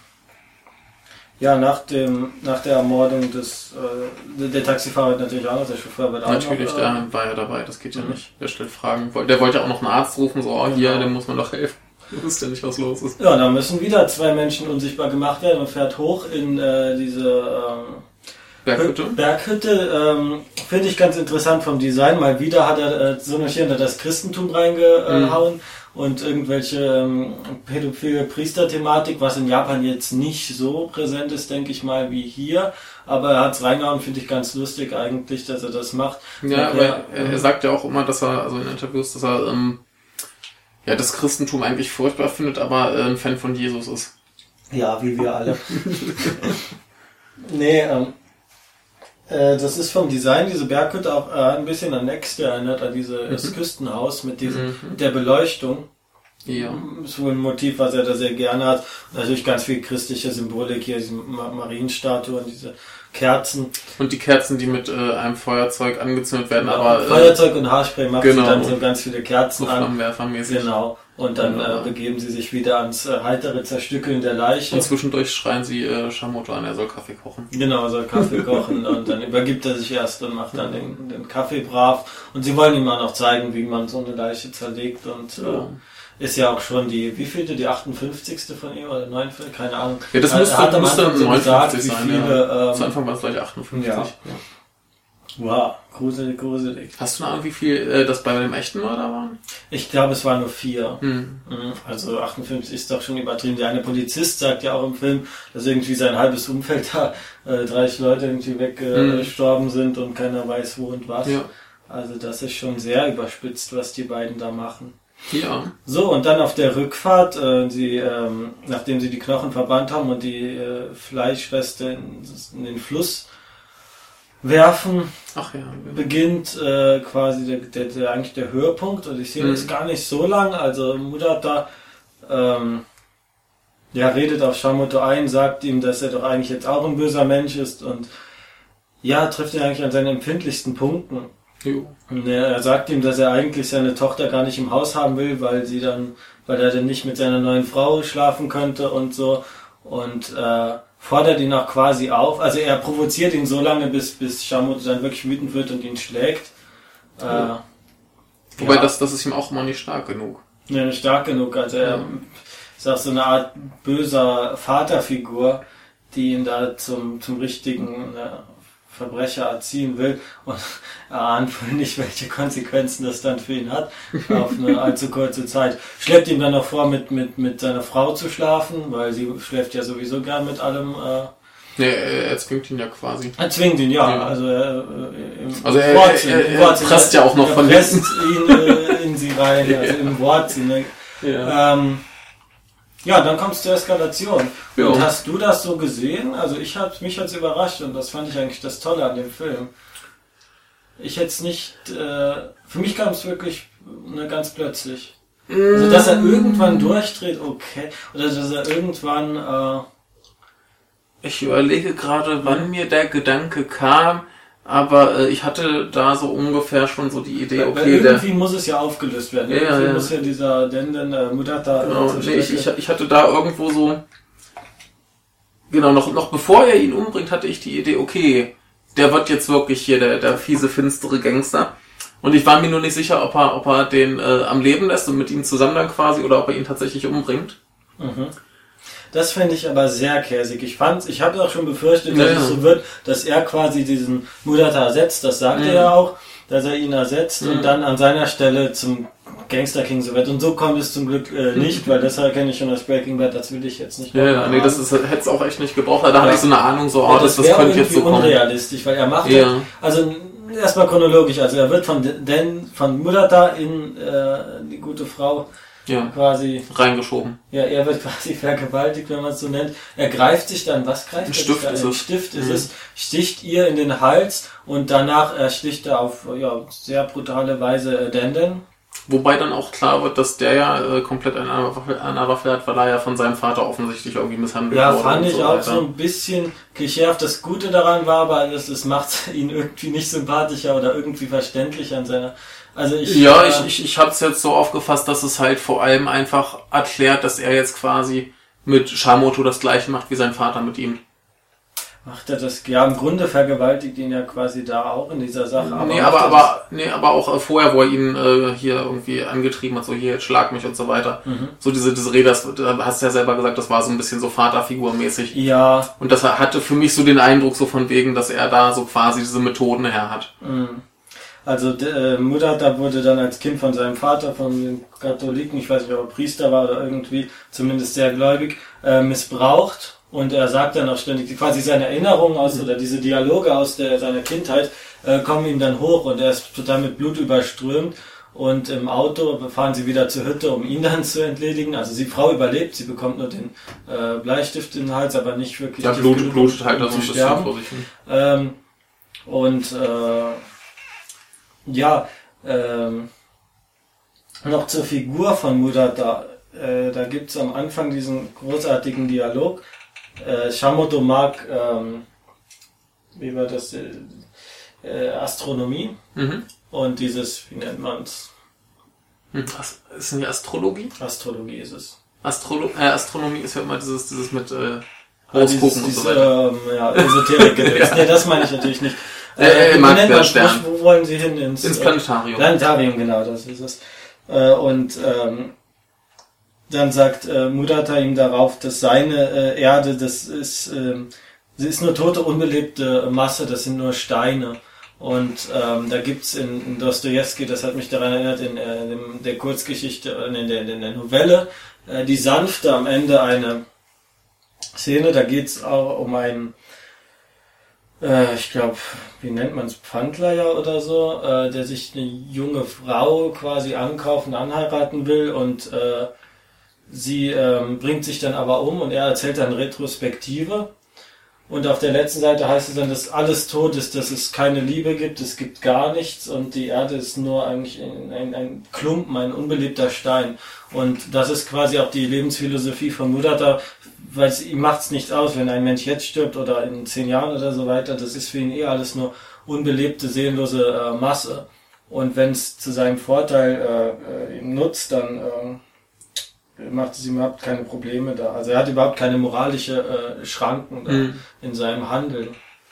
Ja, nach dem, nach der Ermordung des, äh, der Taxifahrer hat natürlich auch noch, der Chauffeur wird auch Natürlich, noch, der äh, war ja dabei, das geht ja nicht. Der stellt Fragen. Der wollte ja auch noch einen Arzt rufen, so, oh, hier, dem muss man doch helfen. Du wusst ja nicht, was los ist. Ja, da müssen wieder zwei Menschen unsichtbar gemacht werden und fährt hoch in äh, diese ähm, Berghütte. Berghütte, ähm, finde ich ganz interessant vom Design. Mal wieder hat er äh, so hier unter das Christentum reingehauen. Mhm. Und irgendwelche ähm, pädophile Priesterthematik, was in Japan jetzt nicht so präsent ist, denke ich mal, wie hier. Aber er hat's reingehauen, finde ich ganz lustig eigentlich, dass er das macht. Ja, aber er, er, er sagt ja auch immer, dass er, also in Interviews, dass er ähm, ja das Christentum eigentlich furchtbar findet, aber äh, ein Fan von Jesus ist. Ja, wie wir alle. nee, ähm, äh, das ist vom Design, diese Berghütte, auch äh, ein bisschen an Nexte erinnert, an dieses mhm. Küstenhaus mit diesem, mhm. mit der Beleuchtung. Ja. Ist wohl ein Motiv, was er da sehr gerne hat. Und natürlich ganz viel christliche Symbolik hier, diese Marienstatuen, diese Kerzen. Und die Kerzen, die mit äh, einem Feuerzeug angezündet werden, ja, aber... Äh, Feuerzeug und Haarspray macht genau, sie dann so ganz viele Kerzen so an. Flammenwerfermäßig. Genau. Und dann äh, begeben sie sich wieder ans äh, heitere Zerstückeln der Leiche. Und zwischendurch schreien sie äh, Shamoto an, er soll Kaffee kochen. Genau, er soll Kaffee kochen und dann übergibt er sich erst und macht dann den, den Kaffee brav. Und sie wollen ihm auch noch zeigen, wie man so eine Leiche zerlegt, und ja. äh, ist ja auch schon die, wie vielte, die achtundfünfzigste von ihm oder neunundfünfzig, keine Ahnung. Ja, das müsste, hat müsste so neunundfünfzig gesagt, sein, viele, ja. ähm, Zu Anfang war es gleich achtundfünfzig. Ja. Ja. Wow, gruselig, gruselig. Hast du eine Ahnung, wie viel äh, das bei dem echten Mörder waren? Ich glaube, es waren nur vier. Hm. Also achtundfünfzig ist doch schon übertrieben. Der eine Polizist sagt ja auch im Film, dass irgendwie sein halbes Umfeld da, äh, dreißig Leute irgendwie weggestorben äh, hm. sind und keiner weiß wo und was. Ja. Also das ist schon sehr überspitzt, was die beiden da machen. Ja. So, und dann auf der Rückfahrt, äh, sie, ähm, nachdem sie die Knochen verbannt haben und die äh, Fleischreste in, in den Fluss werfen, Ach ja, ja. beginnt äh, quasi der, der, der eigentlich der Höhepunkt, und ich sehe das mhm. gar nicht so lang. Also Murata ähm, ja, redet auf Shamoto ein, sagt ihm, dass er doch eigentlich jetzt auch ein böser Mensch ist, und ja, trifft ihn eigentlich an seinen empfindlichsten Punkten. Jo. Und er, er sagt ihm, dass er eigentlich seine Tochter gar nicht im Haus haben will, weil sie dann, weil er dann nicht mit seiner neuen Frau schlafen könnte und so, und äh, fordert ihn auch quasi auf. Also er provoziert ihn so lange, bis, bis Shamoto dann wirklich wütend wird und ihn schlägt. Ja. Äh, Wobei ja. das, das ist ihm auch immer nicht stark genug. Ja, nicht stark genug. Also er ja. ist auch so eine Art böser Vaterfigur, die ihn da zum, zum richtigen äh, Verbrecher erziehen will, und er ahnt wohl nicht, welche Konsequenzen das dann für ihn hat, auf eine allzu kurze Zeit. Schleppt ihm dann noch vor, mit, mit, mit seiner Frau zu schlafen, weil sie schläft ja sowieso gern mit allem. Äh, Nee, er, er zwingt ihn ja quasi. Er zwingt ihn, ja. ja. Also er, äh, im also er, Wortsinn, er, er, im Wortsinn, er presst ja auch noch er von presst ihn äh, in sie rein, also ja. im Wortsinn. Ja. Ähm, Ja, dann kommt es zur Eskalation. Ja. Und hast du das so gesehen? Also ich hab, mich hat's überrascht, und das fand ich eigentlich das Tolle an dem Film. Ich hätte es nicht, äh, für mich kam es wirklich ne, ganz plötzlich. Also dass er irgendwann durchdreht, okay. Oder dass er irgendwann, äh, ich überlege gerade, wann mir der Gedanke kam, Aber äh, ich hatte da so ungefähr schon so die Idee, okay, weil irgendwie der, muss es ja aufgelöst werden. Ja, irgendwie ja. muss ja dieser Denden äh, Mudata... Genau, nee, ich, ich, ich hatte da irgendwo so... Genau, noch, noch bevor er ihn umbringt, hatte ich die Idee, okay, der wird jetzt wirklich hier der, der fiese, finstere Gangster. Und ich war mir nur nicht sicher, ob er, ob er den äh, am Leben lässt und mit ihm zusammen dann quasi, oder ob er ihn tatsächlich umbringt. Mhm. Das fände ich aber sehr käsig. Ich fand's, ich habe auch schon befürchtet, dass ja, ja. es so wird, dass er quasi diesen Mudata ersetzt, das sagt mhm. er ja auch, dass er ihn ersetzt mhm. und dann an seiner Stelle zum Gangster King so wird. Und so kommt es zum Glück äh, nicht, weil deshalb kenne ich schon das Breaking Bad, das will ich jetzt nicht mehr. Ja, ja, nee, das ist, hätte es auch echt nicht gebraucht. Da ja. hatte ich so eine Ahnung, so, oh, ja, das, das, das könnte jetzt so kommen. Unrealistisch, weil er macht ja. halt, also erstmal chronologisch, also er wird von Den, von Mudata in äh, die gute Frau ja. quasi reingeschoben. Ja, er wird quasi vergewaltigt, wenn man es so nennt. Er greift sich dann, was greift Ein er Stift sich da? ist Ein es. Stift ist mhm. es, sticht ihr in den Hals und danach ersticht er auf ja, sehr brutale Weise äh, Denden. Wobei dann auch klar wird, dass der ja äh, komplett an einer Waffe, an einer Waffe hat, weil er ja von seinem Vater offensichtlich irgendwie misshandelt ja, wurde. Ja, fand ich so auch weiter. so ein bisschen klischeehaft. Das Gute daran war aber, das, das macht ihn irgendwie nicht sympathischer oder irgendwie verständlicher an seiner... Also ich, ja, äh, ich, ich, ich habe es jetzt so aufgefasst, dass es halt vor allem einfach erklärt, dass er jetzt quasi mit Shamoto das gleiche macht wie sein Vater mit ihm. Macht er das? Ja, im Grunde vergewaltigt ihn ja quasi da auch in dieser Sache. Aber nee, aber, aber, nee, aber auch äh, vorher, wo er ihn äh, hier irgendwie angetrieben hat, so hier, jetzt schlag mich und so weiter. Mhm. So diese, diese Rede, das, da hast du ja selber gesagt, das war so ein bisschen so Vaterfigurmäßig. Ja. Und das hatte für mich so den Eindruck so von wegen, dass er da so quasi diese Methoden her hat. Mhm. Also äh, Mudata wurde dann als Kind von seinem Vater, von den Katholiken, ich weiß nicht, ob er Priester war oder irgendwie, zumindest sehr gläubig, äh, missbraucht. Und er sagt dann auch ständig, quasi seine Erinnerungen aus, oder diese Dialoge aus der, seiner Kindheit, äh, kommen ihm dann hoch und er ist total mit Blut überströmt. Und im Auto fahren sie wieder zur Hütte, um ihn dann zu entledigen. Also die Frau überlebt, sie bekommt nur den äh, Bleistift in den Hals, aber nicht wirklich... Ja, Blut blutet halt, also das sterben. Ähm, und äh, ja, ähm, noch zur Figur von Mudata. Äh, da gibt's am Anfang diesen großartigen Dialog. Äh, Shamoto mag, ähm, wie war das, äh, äh, Astronomie mhm. und dieses, wie nennt man's? Hm, ist es nicht Astrologie? Astrologie ist es. Astrolo äh, Astronomie ist ja immer dieses, dieses mit äh, Horoskopen und diese, so weiter. Ähm, ja, Esoterik ja. Nee, das meine ich natürlich nicht. Äh, äh, wie nennt man's? Stern. Wo, wo wollen Sie hin? Ins, Ins Planetarium. Äh, Planetarium, genau, das ist es. Äh, und ähm, dann sagt äh, Mudata ihm darauf, dass seine äh, Erde, das ist, äh, sie ist nur tote, unbelebte Masse, das sind nur Steine. Und ähm, da gibt's in, in Dostojewski, das hat mich daran erinnert, in, äh, in der Kurzgeschichte, in der, in der Novelle, äh, die Sanfte am Ende eine Szene, da geht's auch um einen, äh, ich glaube, wie nennt man es, Pfandleiher oder so, äh, der sich eine junge Frau quasi ankaufen, anheiraten will und äh, sie ähm, bringt sich dann aber um und er erzählt dann Retrospektive. Und auf der letzten Seite heißt es dann, dass alles tot ist, dass es keine Liebe gibt, es gibt gar nichts und die Erde ist nur eigentlich ein, ein, ein Klumpen, ein unbelebter Stein. Und das ist quasi auch die Lebensphilosophie von Mudata, weil es ihm macht's nichts aus, wenn ein Mensch jetzt stirbt oder in zehn Jahren oder so weiter. Das ist für ihn eh alles nur unbelebte, seelenlose äh, Masse. Und wenn es zu seinem Vorteil äh, ihm nutzt, dann äh, macht es ihm überhaupt keine Probleme da. Also er hat überhaupt keine moralische äh, Schranken da mhm. in seinem Handeln.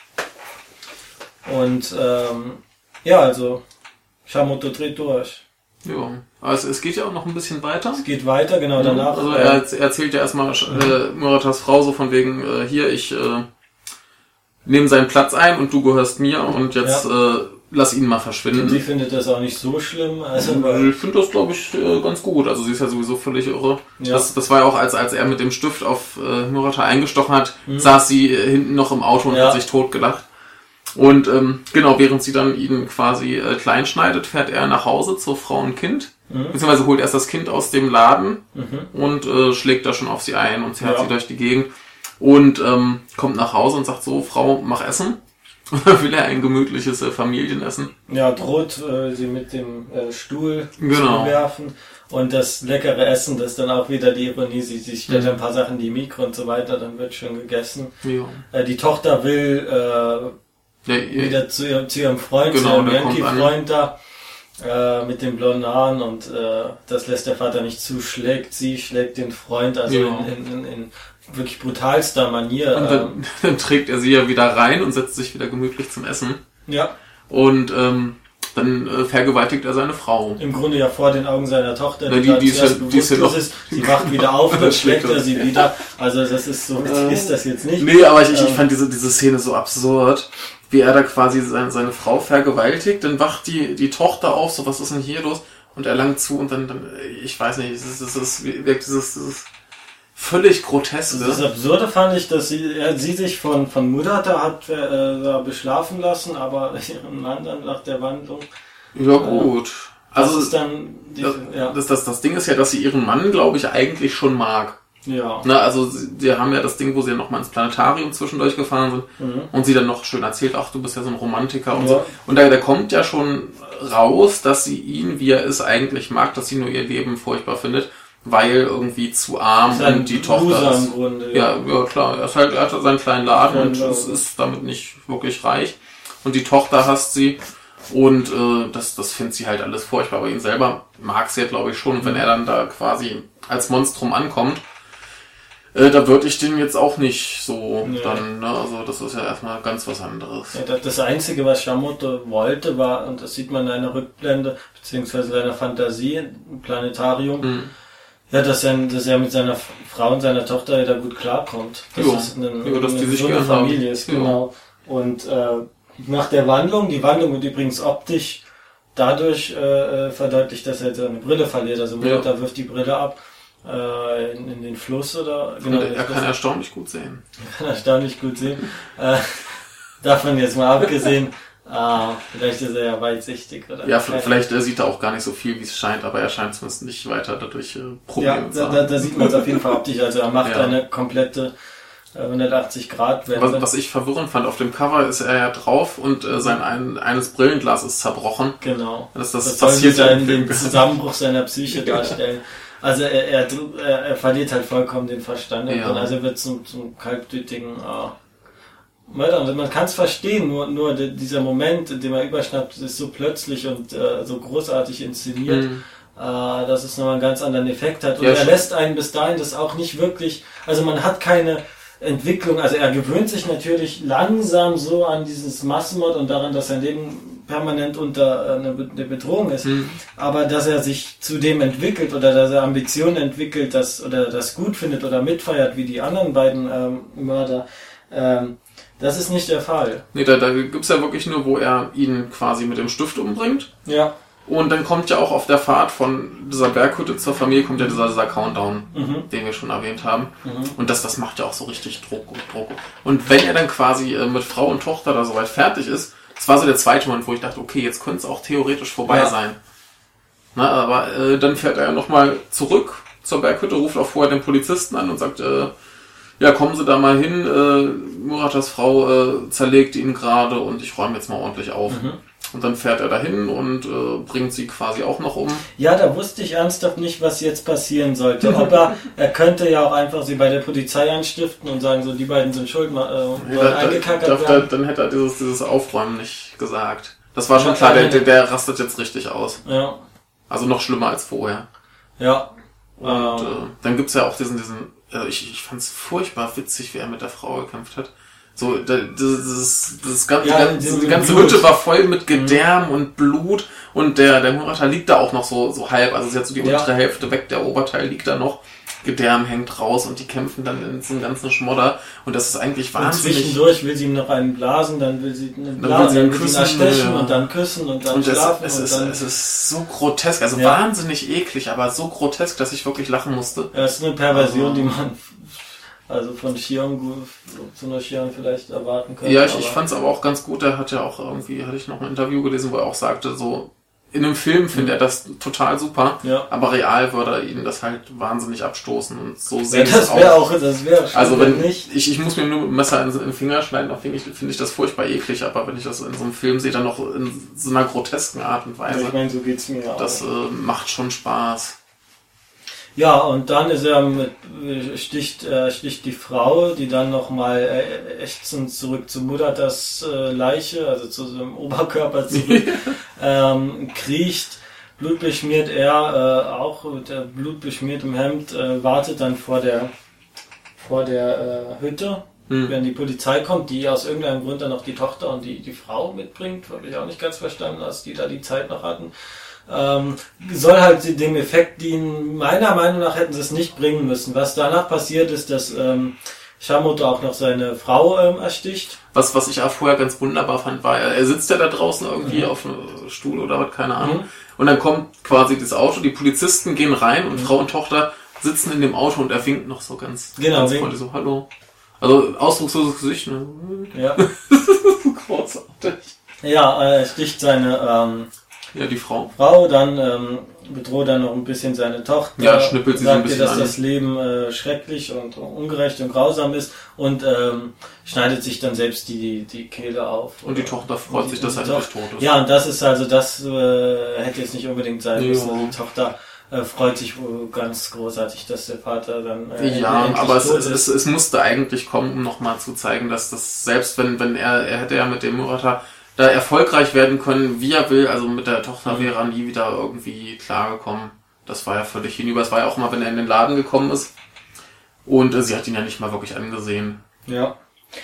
Und ähm, ja, also Shamoto dreht durch. Ja, also es geht ja auch noch ein bisschen weiter. Es geht weiter, genau danach. Also er, er erzählt ja erstmal äh, Muratas Frau so von wegen, äh, hier, ich äh, nehme seinen Platz ein und du gehörst mir und jetzt ja. äh, lass ihn mal verschwinden. Und sie findet das auch nicht so schlimm. Also ich finde das, glaube ich, äh, ganz gut. Also sie ist ja sowieso völlig irre. Ja. Das, das war ja auch, als, als er mit dem Stift auf äh, Murata eingestochen hat, mhm. saß sie äh, hinten noch im Auto und ja. hat sich totgelacht. Und ähm, genau, während sie dann ihn quasi äh, klein schneidet, fährt er nach Hause zur Frau und Kind. Mhm. Beziehungsweise holt erst das Kind aus dem Laden mhm. und äh, schlägt da schon auf sie ein und zerrt ja. sie durch die Gegend. Und ähm, kommt nach Hause und sagt so, Frau, mach Essen. Will er ein gemütliches äh, Familienessen? Ja, droht äh, sie mit dem äh, Stuhl genau. zu werfen. Und das leckere Essen, das ist dann auch wieder die Ironie, sie, sie stellt mhm. ein paar Sachen in die Mikro und so weiter, dann wird schon gegessen. Ja. Äh, die Tochter will äh, Ja, ja. Wieder zu ihrem, zu ihrem Freund, genau, zu ihrem Yankee-Freund da, äh, mit den blonden Haaren und äh, das lässt der Vater nicht zu, schlägt sie, schlägt den Freund, also ja. in, in, in, in wirklich brutalster Manier. Und dann, ähm, dann trägt er sie ja wieder rein und setzt sich wieder gemütlich zum Essen. Ja. Und ähm, dann äh, vergewaltigt er seine Frau. Im Grunde ja vor den Augen seiner Tochter, die, die, die ist, halt, die ist, ja noch ist. Sie wacht wieder auf, dann schlägt er sie wieder. Also das ist so, äh, ist das jetzt nicht. Nee, aber ich, ich, ich fand diese, diese Szene so absurd, wie er da quasi seine, seine Frau vergewaltigt, dann wacht die, die Tochter auf, so was ist denn hier los? Und er langt zu und dann, dann ich weiß nicht, es ist, es ist, wirkt dieses, dieses völlig grotesk. Das Absurde fand ich, dass sie, ja, sie sich von, von Mutter da hat äh, da beschlafen lassen, aber ihren Mann dann nach der Wandlung. Ja gut. Äh, also das ist dann die, das, ja. das, das, das Ding ist ja, dass sie ihren Mann, glaube ich, eigentlich schon mag. Ja. Na, also sie, sie haben ja das Ding, wo sie ja noch mal ins Planetarium zwischendurch gefahren sind mhm. und sie dann noch schön erzählt, ach, du bist ja so ein Romantiker und ja. so. Und da, da kommt ja schon raus, dass sie ihn, wie er ist, eigentlich mag, dass sie nur ihr Leben furchtbar findet, weil irgendwie zu arm ist und die Tochter ist. Im Grunde, ja. ja, ja klar, er, ist halt, er hat seinen kleinen Laden und ist, ist damit nicht wirklich reich. Und die Tochter hasst sie. Und äh, das, das findet sie halt alles furchtbar. Aber ihn selber mag sie ja, glaube ich, schon. Und wenn er dann da quasi als Monstrum ankommt, äh, da würde ich den jetzt auch nicht so nee. dann, ne? Also das ist ja erstmal ganz was anderes. Ja, das Einzige, was Schamotto wollte, war, und das sieht man in einer Rückblende, beziehungsweise in einer Fantasie im Planetarium, mhm. ja, dass er, dass er mit seiner Frau und seiner Tochter da gut klarkommt. Dass jo. es eine, jo, dass eine die sich gesunde Familie haben. ist, genau. Jo. Und äh, nach der Wandlung, die Wandlung wird übrigens optisch dadurch äh, verdeutlicht, dass er seine Brille verliert. Also Mutter ja. wirft die Brille ab äh, in, in den Fluss oder genau. Und er kann Fluss. erstaunlich gut sehen. Er kann erstaunlich gut sehen. äh, davon jetzt mal abgesehen. Ah, vielleicht ist er ja weitsichtig oder. Ja, vielleicht, vielleicht äh, sieht er auch gar nicht so viel, wie es scheint, aber er scheint zumindest nicht weiter dadurch äh, Probleme ja, zu haben. Ja, da, da sieht man es auf jeden Fall optisch. Also er macht ja. eine komplette hundertachtzig Grad Wende. Was, was ich verwirrend fand, auf dem Cover ist er ja drauf und äh, sein ein, eines Brillenglas ist zerbrochen. Genau. Das, das, das passiert soll den, den Zusammenbruch seiner Psyche darstellen. Also er, er, er, er verliert halt vollkommen den Verstand. Ja. Und also er wird zum, zum kaltblütigen äh, Mörder. Und man kann es verstehen, nur, nur dieser Moment, in dem er überschnappt, ist so plötzlich und äh, so großartig inszeniert. Mhm. Uh, dass es nochmal einen ganz anderen Effekt hat. Und ja, er lässt einen bis dahin das auch nicht wirklich, also man hat keine Entwicklung, also er gewöhnt sich natürlich langsam so an dieses Massenmord und daran, dass sein Leben permanent unter eine Bedrohung ist, mhm. aber dass er sich zu dem entwickelt oder dass er Ambitionen entwickelt, dass, oder das gut findet oder mitfeiert, wie die anderen beiden ähm, Mörder, ähm, das ist nicht der Fall. Nee, da, da gibt's ja wirklich nur, wo er ihn quasi mit dem Stift umbringt. Ja. Und dann kommt ja auch auf der Fahrt von dieser Berghütte zur Familie kommt ja dieser, dieser Countdown, mhm. den wir schon erwähnt haben. Mhm. Und das, das macht ja auch so richtig Druck und Druck. Und wenn er dann quasi äh, mit Frau und Tochter da soweit fertig ist, das war so der zweite Moment, wo ich dachte, okay, jetzt könnte es auch theoretisch vorbei ja. sein. Na, aber äh, dann fährt er ja nochmal zurück zur Berghütte, ruft auch vorher den Polizisten an und sagt, äh, ja, kommen Sie da mal hin, äh, Muratas Frau äh, zerlegt ihn gerade und ich räume jetzt mal ordentlich auf. Mhm. Und dann fährt er dahin und äh, bringt sie quasi auch noch um. Ja, da wusste ich ernsthaft nicht, was jetzt passieren sollte. Ob er, er könnte ja auch einfach sie bei der Polizei anstiften und sagen, so die beiden sind schuld, äh, wollen ja, eingekackert da, werden. Da, dann hätte er dieses, dieses Aufräumen nicht gesagt. Das war schon ja, klar, der, der, der rastet jetzt richtig aus. Ja. Also noch schlimmer als vorher. Ja. Und ähm. äh, dann gibt's ja auch diesen, diesen äh, ich, ich fand's furchtbar witzig, wie er mit der Frau gekämpft hat. So, das, das, das ganze, ja, die ganze, die ganze Hütte war voll mit Gedärm mhm. und Blut und der, der Murata liegt da auch noch so, so halb, also sie hat so die ja. untere Hälfte weg, der Oberteil liegt da noch, Gedärm hängt raus und die kämpfen dann in diesem ganzen Schmodder und das ist eigentlich wahnsinnig. Und zwischendurch will sie ihm noch einen blasen, dann will sie einen blasen, dann will sie ihn erstechen ja. und dann küssen und dann und schlafen. Es, es, und ist, dann es ist so grotesk, also ja. wahnsinnig eklig, aber so grotesk, dass ich wirklich lachen musste. Ja, es ist eine Perversion, also, die man also von Shion zu einer Shion vielleicht erwarten könnte. Ja, ich, ich fand es aber auch ganz gut. Er hat ja auch irgendwie, hatte ich noch ein Interview gelesen, wo er auch sagte, so in einem Film findet mhm. er das total super, ja. aber real würde er ihn das halt wahnsinnig abstoßen und so sehen ja, das wäre auch, das wäre also wenn nicht. Ich, ich muss mir nur mit dem Messer in den Finger schneiden, dann finde ich, finde ich das furchtbar eklig, aber wenn ich das in so einem Film sehe, dann noch in so einer grotesken Art und Weise. Ja, ich meine, so geht's mir auch. Das äh, macht schon Spaß. Ja, und dann ist er mit, sticht, äh, sticht die Frau, die dann nochmal äh, ächzend zurück zu Muratas äh, Leiche, also zu seinem Oberkörper zurück, ähm, kriecht, blutbeschmiert er, äh, auch mit äh, blutbeschmiertem Hemd, äh, wartet dann vor der, vor der äh, Hütte, hm. wenn die Polizei kommt, die aus irgendeinem Grund dann noch die Tochter und die, die Frau mitbringt, habe ich auch nicht ganz verstanden, dass die da die Zeit noch hatten. Ähm, soll halt dem Effekt dienen. Meiner Meinung nach hätten sie es nicht bringen müssen. Was danach passiert ist, dass ähm, Shamoto auch noch seine Frau ähm, ersticht. Was, was ich auch vorher ganz wunderbar fand, war, er, er sitzt ja da draußen irgendwie mhm. auf einem Stuhl oder was, keine Ahnung. Mhm. Und dann kommt quasi das Auto, die Polizisten gehen rein und mhm. Frau und Tochter sitzen in dem Auto und er winkt noch so ganz, genau, ganz freundlich so, hallo. Also ausdrucksloses Gesicht, ne? Ja. Großartig. Ja, er sticht seine ähm, Ja, die Frau. Frau, dann ähm, bedroht er noch ein bisschen seine Tochter. Ja, schnippelt sie so ein bisschen ihr, dass an. das Leben äh, schrecklich und ungerecht und grausam ist und ähm, schneidet sich dann selbst die, die Kehle auf. Und die Tochter freut sich, dass er endlich tot ist. Ja, und das ist also, das äh, hätte jetzt nicht unbedingt sein müssen. Also die Tochter äh, freut sich wohl ganz großartig, dass der Vater dann äh, ja, aber es, es, es, es musste eigentlich kommen, um nochmal zu zeigen, dass das, selbst wenn, wenn er, er hätte ja mit dem Murata da erfolgreich werden können, wie er will, also mit der Tochter wäre er nie wieder irgendwie klargekommen. Das war ja völlig hinüber. Es war ja auch mal, wenn er in den Laden gekommen ist und äh, sie hat ihn ja nicht mal wirklich angesehen. Ja.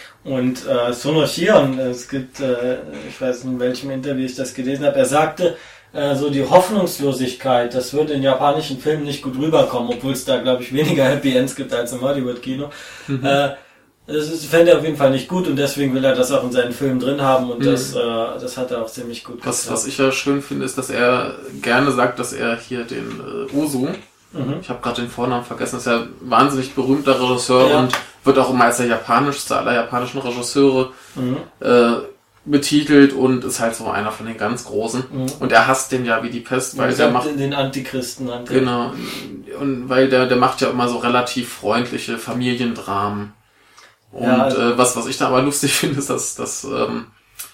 Und äh, Sonoshion, es gibt, äh, ich weiß nicht, in welchem Interview ich das gelesen habe, er sagte, äh, so die Hoffnungslosigkeit, das würde in japanischen Filmen nicht gut rüberkommen, obwohl es da, glaube ich, weniger Happy Ends gibt als im Hollywood-Kino. Mhm. Äh, Das fände er auf jeden Fall nicht gut und deswegen will er das auch in seinen Filmen drin haben und mhm. das, äh, das hat er auch ziemlich gut gemacht. Was, was ich ja schön finde, ist, dass er gerne sagt, dass er hier den äh, Ozu, mhm. ich habe gerade den Vornamen vergessen, ist ja ein wahnsinnig berühmter Regisseur ja. und wird auch immer als der japanischste aller japanischen Regisseure mhm. äh, betitelt und ist halt so einer von den ganz Großen. Mhm. Und er hasst den ja wie die Pest, weil der macht den Antichristen. Anti- genau. Und weil der, der macht ja immer so relativ freundliche Familiendramen. Und ja, also äh, was was ich da aber lustig finde, ist, dass, dass ähm,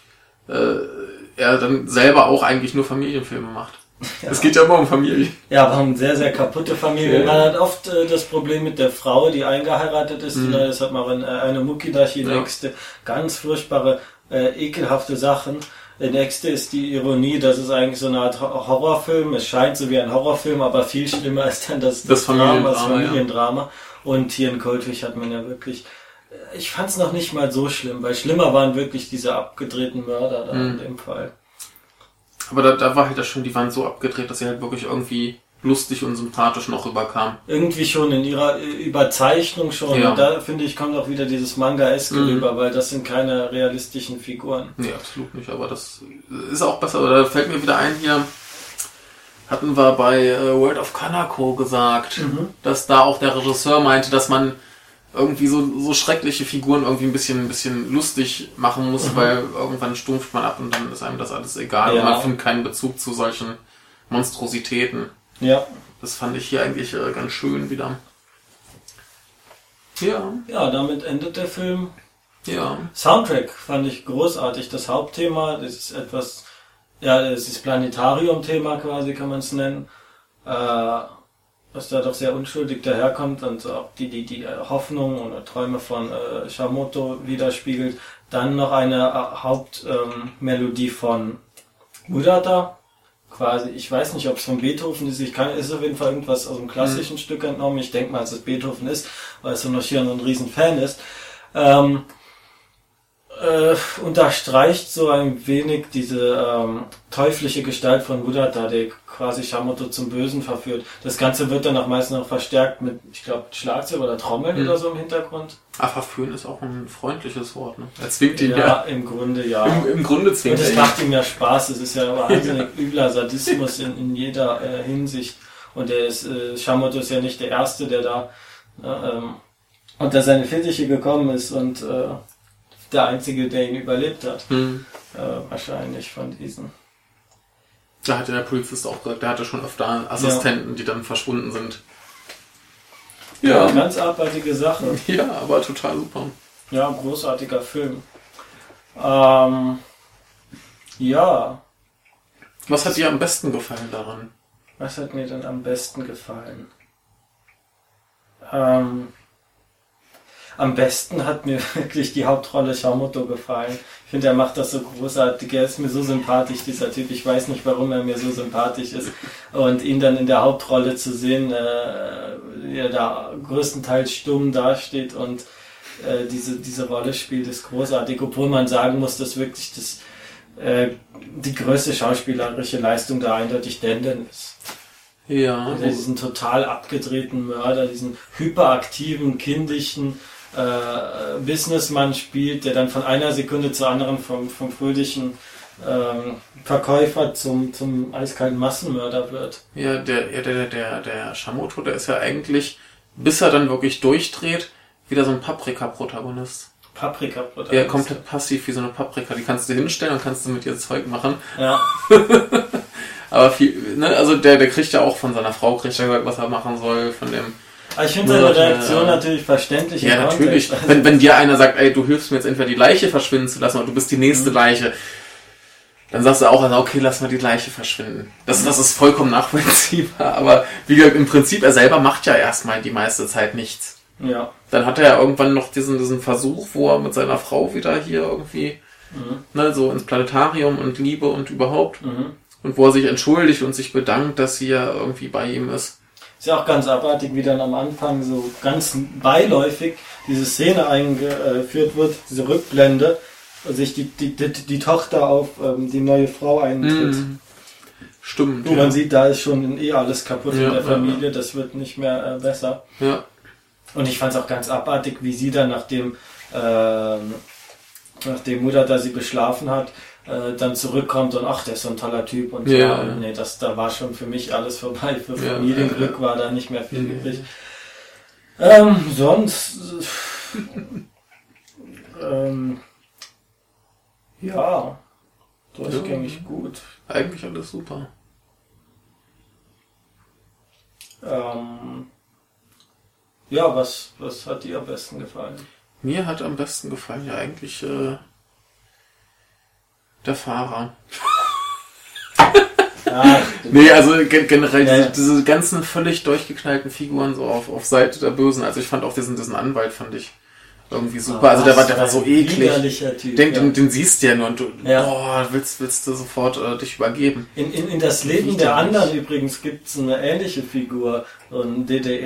äh, er dann selber auch eigentlich nur Familienfilme macht. Ja. Es geht ja immer um Familie. Ja, aber um sehr, sehr kaputte Familie. Ja. Man hat oft äh, das Problem mit der Frau, die eingeheiratet ist. Mhm. Das hat man in äh, eine Mukidashi, ja. Nächste, ganz furchtbare, äh, ekelhafte Sachen. Der nächste ist die Ironie, das ist eigentlich so eine Art Horrorfilm. Es scheint so wie ein Horrorfilm, aber viel schlimmer ist dann das, das, das Familiendrama. Das Familiendrama. Ja. Und hier in Coldfish hat man ja wirklich... Ich fand es noch nicht mal so schlimm, weil schlimmer waren wirklich diese abgedrehten Mörder da mhm. in dem Fall. Aber da, da war halt das schon, die waren so abgedreht, dass sie halt wirklich irgendwie lustig und sympathisch noch rüberkam. Irgendwie schon in ihrer Überzeichnung schon. Ja. Und da, finde ich, kommt auch wieder dieses Manga-eske mhm. rüber, weil das sind keine realistischen Figuren. Nee, absolut nicht, aber das ist auch besser. Da fällt mir wieder ein, hier hatten wir bei äh, World of Kanako gesagt, mhm. dass da auch der Regisseur meinte, dass man irgendwie so, so schreckliche Figuren irgendwie ein bisschen, ein bisschen lustig machen muss, mhm. weil irgendwann stumpft man ab und dann ist einem das alles egal. Ja. Und man findet keinen Bezug zu solchen Monstrositäten. Ja. Das fand ich hier eigentlich äh, ganz schön wieder. Ja. Ja, damit endet der Film. Ja. Soundtrack fand ich großartig. Das Hauptthema, das ist etwas, ja, das ist Planetarium-Thema quasi, kann man es nennen. Äh, was da doch sehr unschuldig daherkommt und auch die, die, die Hoffnung und Träume von äh, Shamoto widerspiegelt. Dann noch eine äh, Hauptmelodie ähm, von Murata. Quasi, ich weiß nicht, ob es von Beethoven ist, ich kann, ist auf jeden Fall irgendwas aus einem klassischen mhm. Stück entnommen. Ich denke mal, dass es Beethoven ist, weil Sonoshion ein riesen Fan ist. Ähm, äh, unterstreicht so ein wenig diese ähm, teuflische Gestalt von Murata, der quasi Shamoto zum Bösen verführt. Das Ganze wird dann auch meistens noch verstärkt mit, ich glaube, Schlagzeug oder Trommeln mhm. oder so im Hintergrund. Ah, verführen ist auch ein freundliches Wort, ne? Er zwingt ihn ja. Ja, im Grunde ja. Im, im Grunde zwingt er ihn. Und es macht ihm ja Spaß, es ist ja wahnsinnig übler Sadismus in, in jeder äh, Hinsicht. Und er ist, äh, Shamoto ist ja nicht der Erste, der da äh, ähm, unter seine Fittiche gekommen ist und äh, der Einzige, der ihn überlebt hat. Mhm. Äh, wahrscheinlich von diesen. Da hatte der Polizist auch gesagt, der hatte schon öfter Assistenten, ja. die dann verschwunden sind. Ja, ja, ganz abartige Sache. Ja, aber total super. Ja, großartiger Film. Ähm, ja. Was hat dir am besten gefallen daran? Was hat mir denn am besten gefallen? Ähm, am besten hat mir wirklich die Hauptrolle Shamato gefallen. Ich finde, er macht das so großartig. Er ist mir so sympathisch, dieser Typ. Ich weiß nicht, warum er mir so sympathisch ist. Und ihn dann in der Hauptrolle zu sehen, äh, wie er da größtenteils stumm dasteht und äh, diese, diese Rolle spielt, ist großartig. Obwohl man sagen muss, dass wirklich das, äh, die größte schauspielerische Leistung da eindeutig Denden ist. Ja. Also diesen total abgedrehten Mörder, diesen hyperaktiven, kindischen äh, Businessman spielt, der dann von einer Sekunde zur anderen vom, vom fröhlichen ähm, Verkäufer zum, zum eiskalten Massenmörder wird. Ja, der, der, der, der, der Shamato, der ist ja eigentlich, bis er dann wirklich durchdreht, wieder so ein Paprika-Protagonist. Paprika-Protagonist. Ja, komplett passiv wie so eine Paprika. Die kannst du hinstellen und kannst du mit ihr Zeug machen. Ja. Aber viel, ne, also der, der kriegt ja auch von seiner Frau, kriegt ja gesagt, was er machen soll, von dem. Aber ich finde seine Reaktion äh, natürlich verständlich. Ja, natürlich. Kontext. Wenn, wenn dir einer sagt, ey, du hilfst mir jetzt entweder die Leiche verschwinden zu lassen oder du bist die nächste mhm. Leiche, dann sagst du auch, also okay, lass mal die Leiche verschwinden. Das, das ist vollkommen nachvollziehbar. Aber wie gesagt, im Prinzip, er selber macht ja erstmal die meiste Zeit nichts. Ja. Dann hat er ja irgendwann noch diesen, diesen Versuch, wo er mit seiner Frau wieder hier irgendwie, mhm. ne, so ins Planetarium und Liebe und überhaupt. Mhm. Und wo er sich entschuldigt und sich bedankt, dass sie ja irgendwie bei ihm ist. Ist ja auch ganz abartig, wie dann am Anfang so ganz beiläufig diese Szene eingeführt wird, diese Rückblende, wo sich die, die, die, die Tochter auf ähm, die neue Frau eintritt. Mm, stimmt. Und ja. man sieht, da ist schon eh alles kaputt ja, in der Familie, ja, ja. Das wird nicht mehr äh, besser. Ja. Und ich fand es auch ganz abartig, wie sie dann, nachdem, äh, nachdem Mutter da sie beschlafen hat, äh, dann zurückkommt und ach, der ist so ein toller Typ und ja, ja, ja. nee, das, da war schon für mich alles vorbei, für ja, Familienglück ja, ja. war da nicht mehr viel ja, übrig. Ja. Ähm, sonst, ähm, ja, durchgängig ja, gut. Eigentlich alles super. Ähm, ja, was, was hat dir am besten gefallen? Mir hat am besten gefallen ja eigentlich äh, der Fahrer. Ach, nee, also generell ja, diese, diese ganzen völlig durchgeknallten Figuren so auf, auf Seite der Bösen. Also ich fand auch diesen, diesen Anwalt fand ich irgendwie super. Also der war, der war so eklig. Typ, den, ja. den, den siehst du ja nur und du ja. boah, willst, willst du sofort äh, dich übergeben. In, in, in das Leben der anderen nicht. Übrigens gibt es eine ähnliche Figur. So ein D D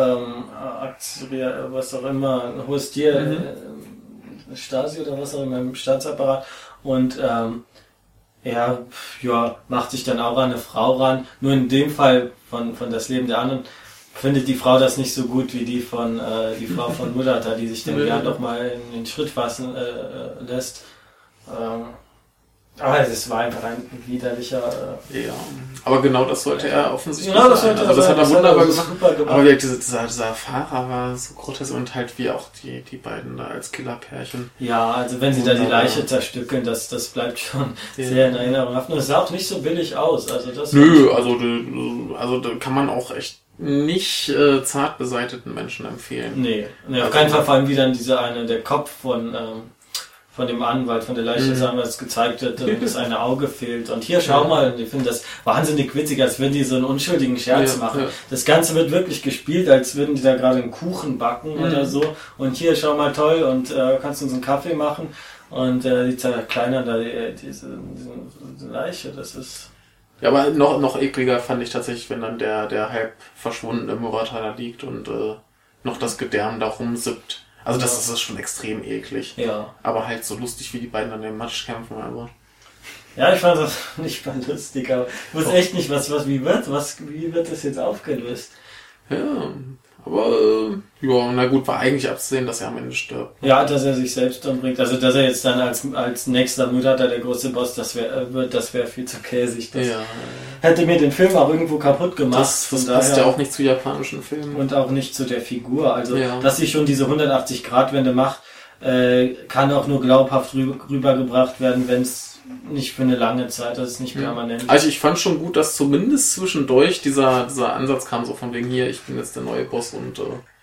R-Aktionär, ähm, was auch immer, ein hohes Tier, mhm. äh, Stasi oder was auch immer im Staatsapparat. Und ähm, er ja, macht sich dann auch an eine Frau ran. Nur in dem Fall von, von das Leben der anderen findet die Frau das nicht so gut wie die von äh, die Frau von Murata, die sich dann ja doch mal in den Schritt fassen äh, lässt. Ähm, aber es war einfach ein widerlicher... Äh, ja, aber genau das sollte er offensichtlich genau, das sollte sein. Also das sein. hat er das wunderbar hat er gemacht. gemacht. Aber ja, dieser, dieser, dieser Fahrer war so grotesk und halt wie auch die, die beiden da als Killerpärchen. Ja, also wenn sie wunderbar. Da die Leiche zerstückeln, das, das bleibt schon ja. sehr in Erinnerung haft. Und es sah auch nicht so billig aus. Also das Nö, also, also da kann man auch echt nicht äh, zart beseiteten Menschen empfehlen. Nee, nee auf also, keinen Fall, vor allem wie dann dieser eine, der Kopf von... Ähm, von dem Anwalt, von der Leiche des Anwalts gezeigt wird, dass eine Auge fehlt. Und hier, schau ja. mal, ich finde das wahnsinnig witzig, als würden die so einen unschuldigen Scherz ja, machen. Ja. Das Ganze wird wirklich gespielt, als würden die da gerade einen Kuchen backen mhm. oder so. Und hier, schau mal, toll, und äh, kannst uns einen Kaffee machen. Und äh, die zerkleinern da die, diese, diese Leiche, das ist... Ja, aber noch, noch ekliger fand ich tatsächlich, wenn dann der, der halb verschwundene Murata da liegt und äh, noch das Gedärm da rumsippt. Also das, das ist schon extrem eklig. Ja. Aber halt so lustig, wie die beiden an dem Matsch kämpfen, aber... Ja, ich fand das nicht mal lustig, aber ich wusste echt nicht, was, was, wie wird, was, wie wird das jetzt aufgelöst? Ja, aber, äh, ja, na gut, war eigentlich abzusehen, dass er am Ende stirbt. Ja, dass er sich selbst umbringt. Also, dass er jetzt dann als, als nächster Murata der große Boss, das wäre, wird, das wäre viel zu käsig. Das ja. hätte mir den Film auch irgendwo kaputt gemacht. Das, das passt ja auch nicht zu japanischen Filmen. Und auch nicht zu der Figur. Also, ja. dass sie schon diese hundertachtzig Grad Wende macht, äh, kann auch nur glaubhaft rüber, rübergebracht werden, wenn es nicht für eine lange Zeit, das ist nicht permanent. Also ich fand schon gut, dass zumindest zwischendurch dieser, dieser Ansatz kam, so von wegen hier, ich bin jetzt der neue Boss und äh,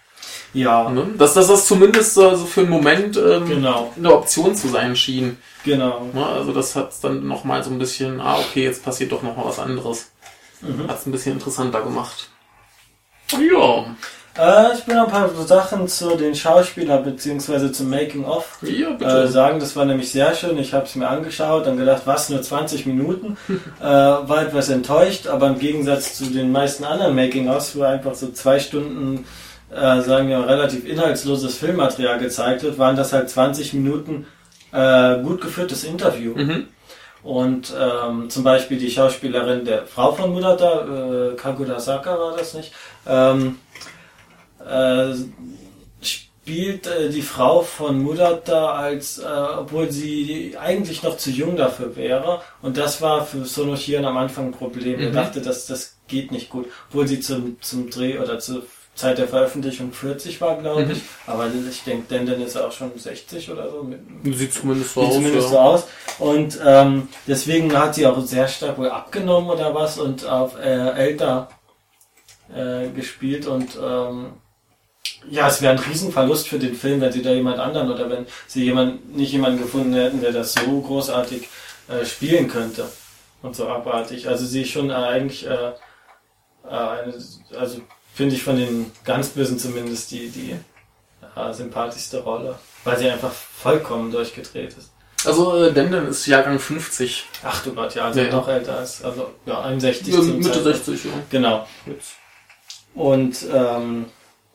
ja. Ne? Dass, dass das zumindest so, so für einen Moment ähm, genau. eine Option zu sein schien. Genau. Ne? Also das hat es dann nochmal so ein bisschen, ah okay, jetzt passiert doch noch mal was anderes. Mhm. Hat es ein bisschen interessanter gemacht. Ja. Äh, ich will noch ein paar Sachen zu den Schauspielern bzw. zum Making-of ja, äh, sagen. Das war nämlich sehr schön. Ich habe es mir angeschaut und gedacht, was, nur zwanzig Minuten? äh, war etwas enttäuscht, aber im Gegensatz zu den meisten anderen Making-ofs, wo einfach so zwei Stunden, äh, sagen wir, relativ inhaltsloses Filmmaterial gezeigt wird, waren das halt zwanzig Minuten äh, gut geführtes Interview. Mhm. Und ähm, zum Beispiel die Schauspielerin der Frau von Murata, äh, Kagura-saka war das nicht, ähm, äh, spielt äh, die Frau von Murata als, äh, obwohl sie eigentlich noch zu jung dafür wäre. Und das war für Sono Shion am Anfang ein Problem. Mhm. Er dachte, dass das geht nicht gut, obwohl sie zum zum Dreh oder zur Zeit der Veröffentlichung vierzig war, glaube ich. Mhm. Aber ich denke, Denden ist auch schon sechzig oder so. Sieht zumindest so Sieht aus. Zumindest ja. so aus. Und ähm, deswegen hat sie auch sehr stark wohl abgenommen oder was und auf äh, älter äh, gespielt. Und ähm, ja, es wäre ein Riesenverlust für den Film, wenn sie da jemand anderen oder wenn sie jemand nicht jemanden gefunden hätten, der das so großartig äh, spielen könnte. Und so abartig. Also sie ist schon äh, eigentlich äh, äh, eine, also finde ich von den ganz Bösen zumindest die, die äh, sympathischste Rolle, weil sie einfach vollkommen durchgedreht ist. Also äh, Denden ist Jahrgang fünfzig. Ach du Gott, ja, also ja, noch ja. älter als, also ja, einundsechzig. Ja, Mitte sechzig, ja. Genau. Jetzt. Und ähm,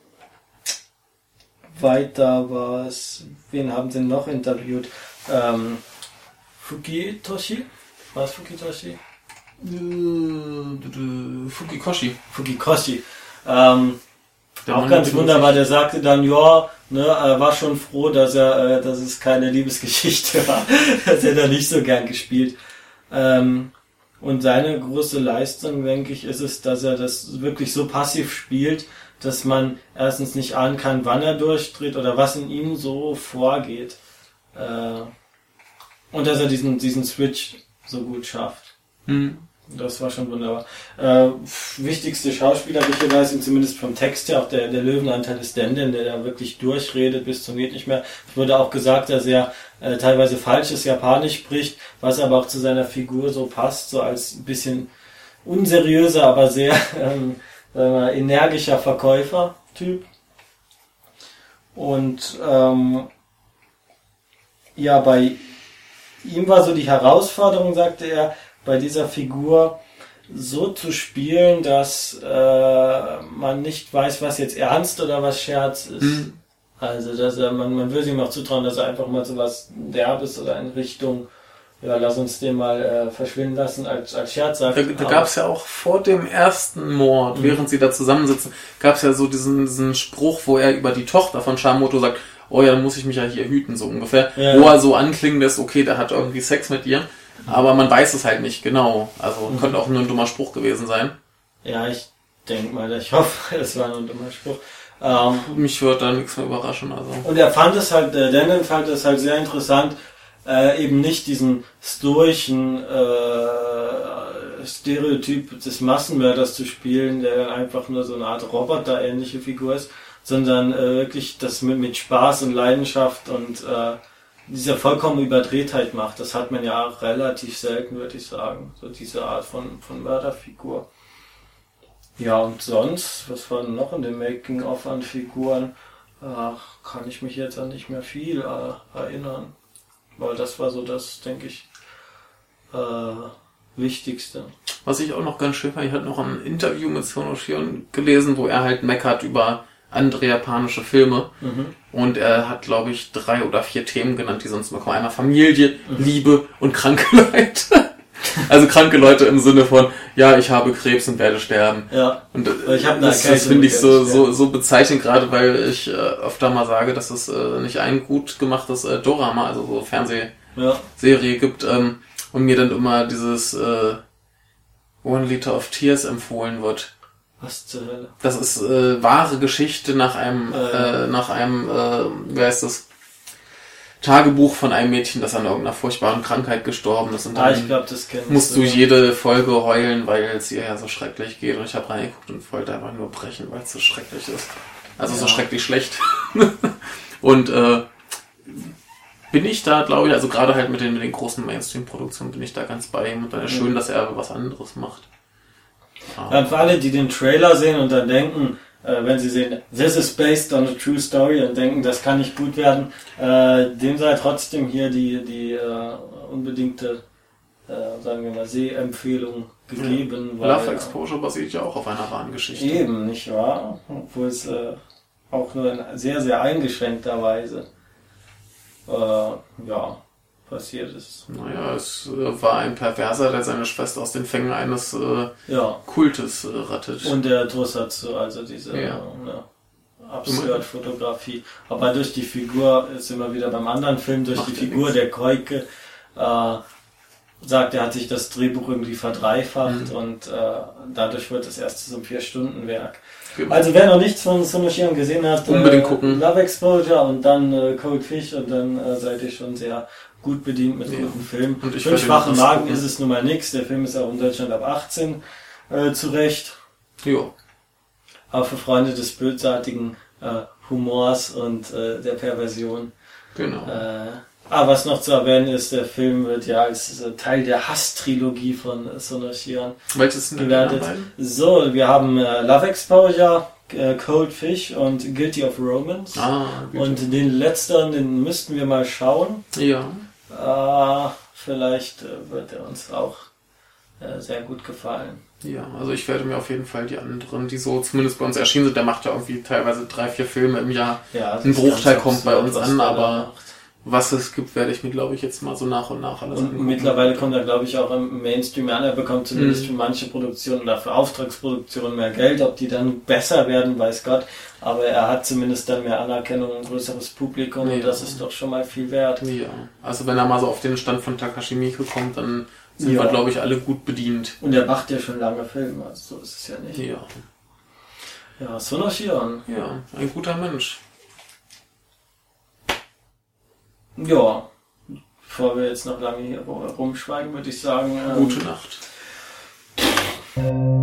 weiter war es, wen haben sie noch interviewt? Ähm, Fukitoshi? War es Fukitoshi? Fukikoshi. Fukikoshi. Ähm, auch Mann ganz wunderbar, der sagte dann, ja, ne, er war schon froh, dass er, äh, dass es keine Liebesgeschichte war, dass er da nicht so gern gespielt. Ähm, und seine große Leistung, denke ich, ist es, dass er das wirklich so passiv spielt, dass man erstens nicht ahnen kann, wann er durchdreht oder was in ihm so vorgeht. Äh, und dass er diesen, diesen Switch so gut schafft. Mhm. Das war schon wunderbar. Äh, wichtigste schauspielerische Leistung, zumindest vom Text her, auch der, der Löwenanteil ist Denden, der da wirklich durchredet bis zum geht nicht mehr. Es wurde auch gesagt, dass er äh, teilweise falsches Japanisch spricht, was aber auch zu seiner Figur so passt, so als ein bisschen unseriöser, aber sehr ähm, sagen wir, energischer Verkäufer-Typ. Und ähm, ja, bei ihm war so die Herausforderung, sagte er, bei dieser Figur so zu spielen, dass äh, man nicht weiß, was jetzt ernst oder was Scherz ist. Mhm. Also dass er, man, man würde ihm auch zutrauen, dass er einfach mal so was Derbes oder in Richtung, ja, lass uns den mal äh, verschwinden lassen, als, als Scherz sagt. Da, da gab es ja auch vor dem ersten Mord, mhm. während sie da zusammensitzen, gab es ja so diesen, diesen Spruch, wo er über die Tochter von Shamoto sagt, oh ja, dann muss ich mich ja hier hüten, so ungefähr. Ja. Wo er so anklingen lässt, okay, der hat irgendwie Sex mit ihr. Aber man weiß es halt nicht genau. Also mhm. könnte auch nur ein dummer Spruch gewesen sein. Ja, ich denke mal, ich hoffe, es war nur ein dummer Spruch. Ähm, Mich würde da nichts mehr überraschen. Also. Und er fand es halt, der Denden fand es halt sehr interessant, äh, eben nicht diesen stoischen äh, Stereotyp des Massenmörders zu spielen, der dann einfach nur so eine Art Roboter-ähnliche Figur ist, sondern äh, wirklich das mit, mit Spaß und Leidenschaft und äh, dieser vollkommen Überdrehtheit macht. Das hat man ja auch relativ selten, würde ich sagen. So diese Art von, von Mörderfigur. Ja, und sonst, was war denn noch in dem Making-of an Figuren? Ach, kann ich mich jetzt an nicht mehr viel äh, erinnern. Weil das war so das, denke ich, äh, Wichtigste. Was ich auch noch ganz schön fand, ich hatte noch ein Interview mit Sono Shion gelesen, wo er halt meckert über andere japanische Filme. Mhm. Und er hat, glaube ich, drei oder vier Themen genannt, die sonst immer kommen. Einmal Familie, mhm. Liebe und kranke Leute. Also kranke Leute im Sinne von, ja, ich habe Krebs und werde sterben. Ja. Und ich hab das, das finde ich so, so, so bezeichnend, gerade weil ich äh, öfter mal sage, dass es äh, nicht ein gut gemachtes äh, Dorama, also so Fernsehserie ja. gibt, ähm, und mir dann immer dieses äh, One Liter of Tears empfohlen wird. Was zur Hölle? Das ist äh, wahre Geschichte nach einem, äh, äh, nach einem, äh, wie heißt das, Tagebuch von einem Mädchen, das an irgendeiner furchtbaren Krankheit gestorben ist. Und dann ah, ich glaub, das kennst musst du ja. jede Folge heulen, weil es ihr ja so schrecklich geht. Und ich habe reingeguckt und wollte einfach nur brechen, weil es so schrecklich ist. Also ja. so schrecklich schlecht. Und äh, bin ich da, glaube ich, also gerade halt mit den, mit den großen Mainstream-Produktionen bin ich da ganz bei ihm. Und dann ist mhm. schön, dass er was anderes macht. Ja, und für alle, die den Trailer sehen und dann denken, äh, wenn sie sehen, this is based on a true story und denken, das kann nicht gut werden, äh, dem sei trotzdem hier die, die äh, unbedingte, äh, sagen wir mal, Sehempfehlung gegeben. Ja. Weil, Love Exposure basiert ja auch auf einer wahren Geschichte. Eben, nicht wahr? Obwohl es äh, auch nur in sehr, sehr eingeschränkter Weise äh, ja, passiert ist. Naja, es äh, war ein Perverser, der seine Schwester aus den Fängen eines äh, ja. Kultes äh, rettet. Und der Drussatsu, also diese ja. äh, ne, Absurd-Fotografie. Aber durch die Figur, ist immer wieder beim anderen Film, durch Macht die Figur nix. Der Koike, äh, sagt, er hat sich das Drehbuch irgendwie verdreifacht mhm. und äh, dadurch wird es erst zum Vier-Stunden-Werk. Genau. Also wer noch nichts von Sonoshiran gesehen hat, unbedingt äh, gucken. Love Exposure und dann äh, Cold Fish und dann äh, seid ihr schon sehr gut bedient mit ja. guten Filmen. Und ich Für einen schwachen Magen gucken. Ist es nun mal nichts. Der Film ist auch in Deutschland ab achtzehn äh, zurecht. Jo. Aber für Freunde des bösartigen äh, Humors und äh, der Perversion. Genau. Äh, aber was noch zu erwähnen ist, der Film wird ja als äh, Teil der Hass-Trilogie von äh, Sonoshiran gewertet. So, wir haben äh, Love Exposure, äh, Cold Fish und Guilty of Romance. Ah, und den letzteren, den müssten wir mal schauen. Ja. Äh, vielleicht äh, wird er uns auch äh, sehr gut gefallen. Ja, also ich werde mir auf jeden Fall die anderen, die so zumindest bei uns erschienen sind, der macht ja irgendwie teilweise drei, vier Filme im Jahr. Ja, ein Bruchteil kommt bei uns an, aber was es gibt, werde ich mir, glaube ich, jetzt mal so nach und nach alles und angucken. Mittlerweile kommt er, glaube ich, auch im Mainstream an. Er bekommt zumindest mhm. für manche Produktionen oder für Auftragsproduktionen mehr Geld. Ob die dann besser werden, weiß Gott. Aber er hat zumindest dann mehr Anerkennung und größeres Publikum. Ja. Und das ist doch schon mal viel wert. Ja, also wenn er mal so auf den Stand von Takashi Miike kommt, dann sind ja. wir, glaube ich, alle gut bedient. Und er macht ja schon lange Filme, also so ist es ja nicht. Ja. Ja, Sonoshiran. Ja, ein guter Mensch. Ja, bevor wir jetzt noch lange hier rumschweigen, würde ich sagen... Ähm, Gute Nacht.